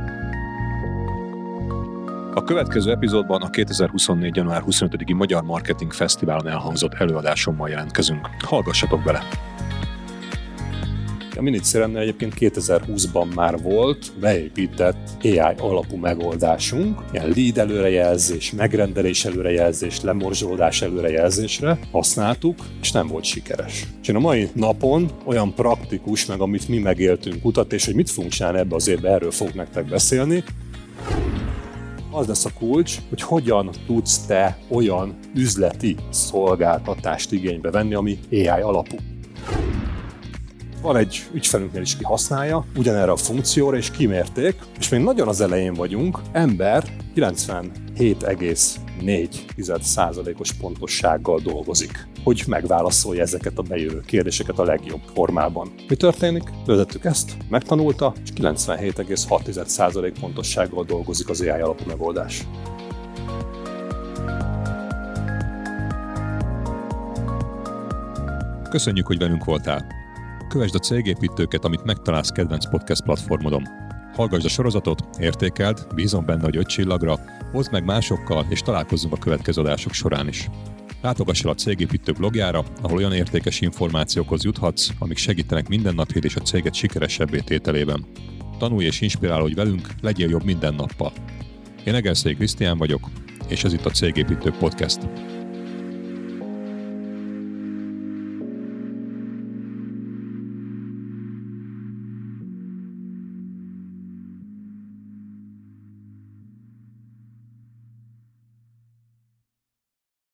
C: A következő epizódban a 2024. január 25-i Magyar Marketing Fesztiválon elhangzott előadásommal jelentkezünk. Hallgassatok bele! A Minicéremnél egyébként 2020-ban már volt beépített AI alapú megoldásunk, ilyen lead előrejelzés, megrendelés előrejelzés, lemorzsolódás előrejelzésre használtuk, és nem volt sikeres. És én a mai napon olyan praktikus, meg amit mi megéltünk kutat, és hogy mit fogunk csinálni ebbe az évben, erről fogok nektek beszélni. Az lesz a kulcs, hogy hogyan tudsz te olyan üzleti szolgáltatást igénybe venni, ami AI alapú. Van egy ügyfelünknél is, ki használja ugyanerre a funkcióra, és kimérték, és még nagyon az elején vagyunk, ember 97,4%-os pontossággal dolgozik, hogy megválaszolja ezeket a bejövő kérdéseket a legjobb formában. Mi történik? Vezettük ezt, megtanulta, és 97,6% pontossággal dolgozik az AI alapú megoldás.
B: Köszönjük, hogy velünk voltál! Kövesd a cégépítőket, amit megtalálsz kedvenc podcast platformodon. Hallgassd a sorozatot, értékeld, bízom benne, hogy 5 csillagra, hozd meg másokkal, és találkozzunk a következő adások során is. Látogass el a Cégépítő blogjára, ahol olyan értékes információkhoz juthatsz, amik segítenek mindennapjét és a céget sikeresebbé tételében. Tanulj és inspirálódj velünk, legyél jobb minden nappal. Én Egerszegi Krisztián vagyok, és ez itt a Cégépítő Podcast.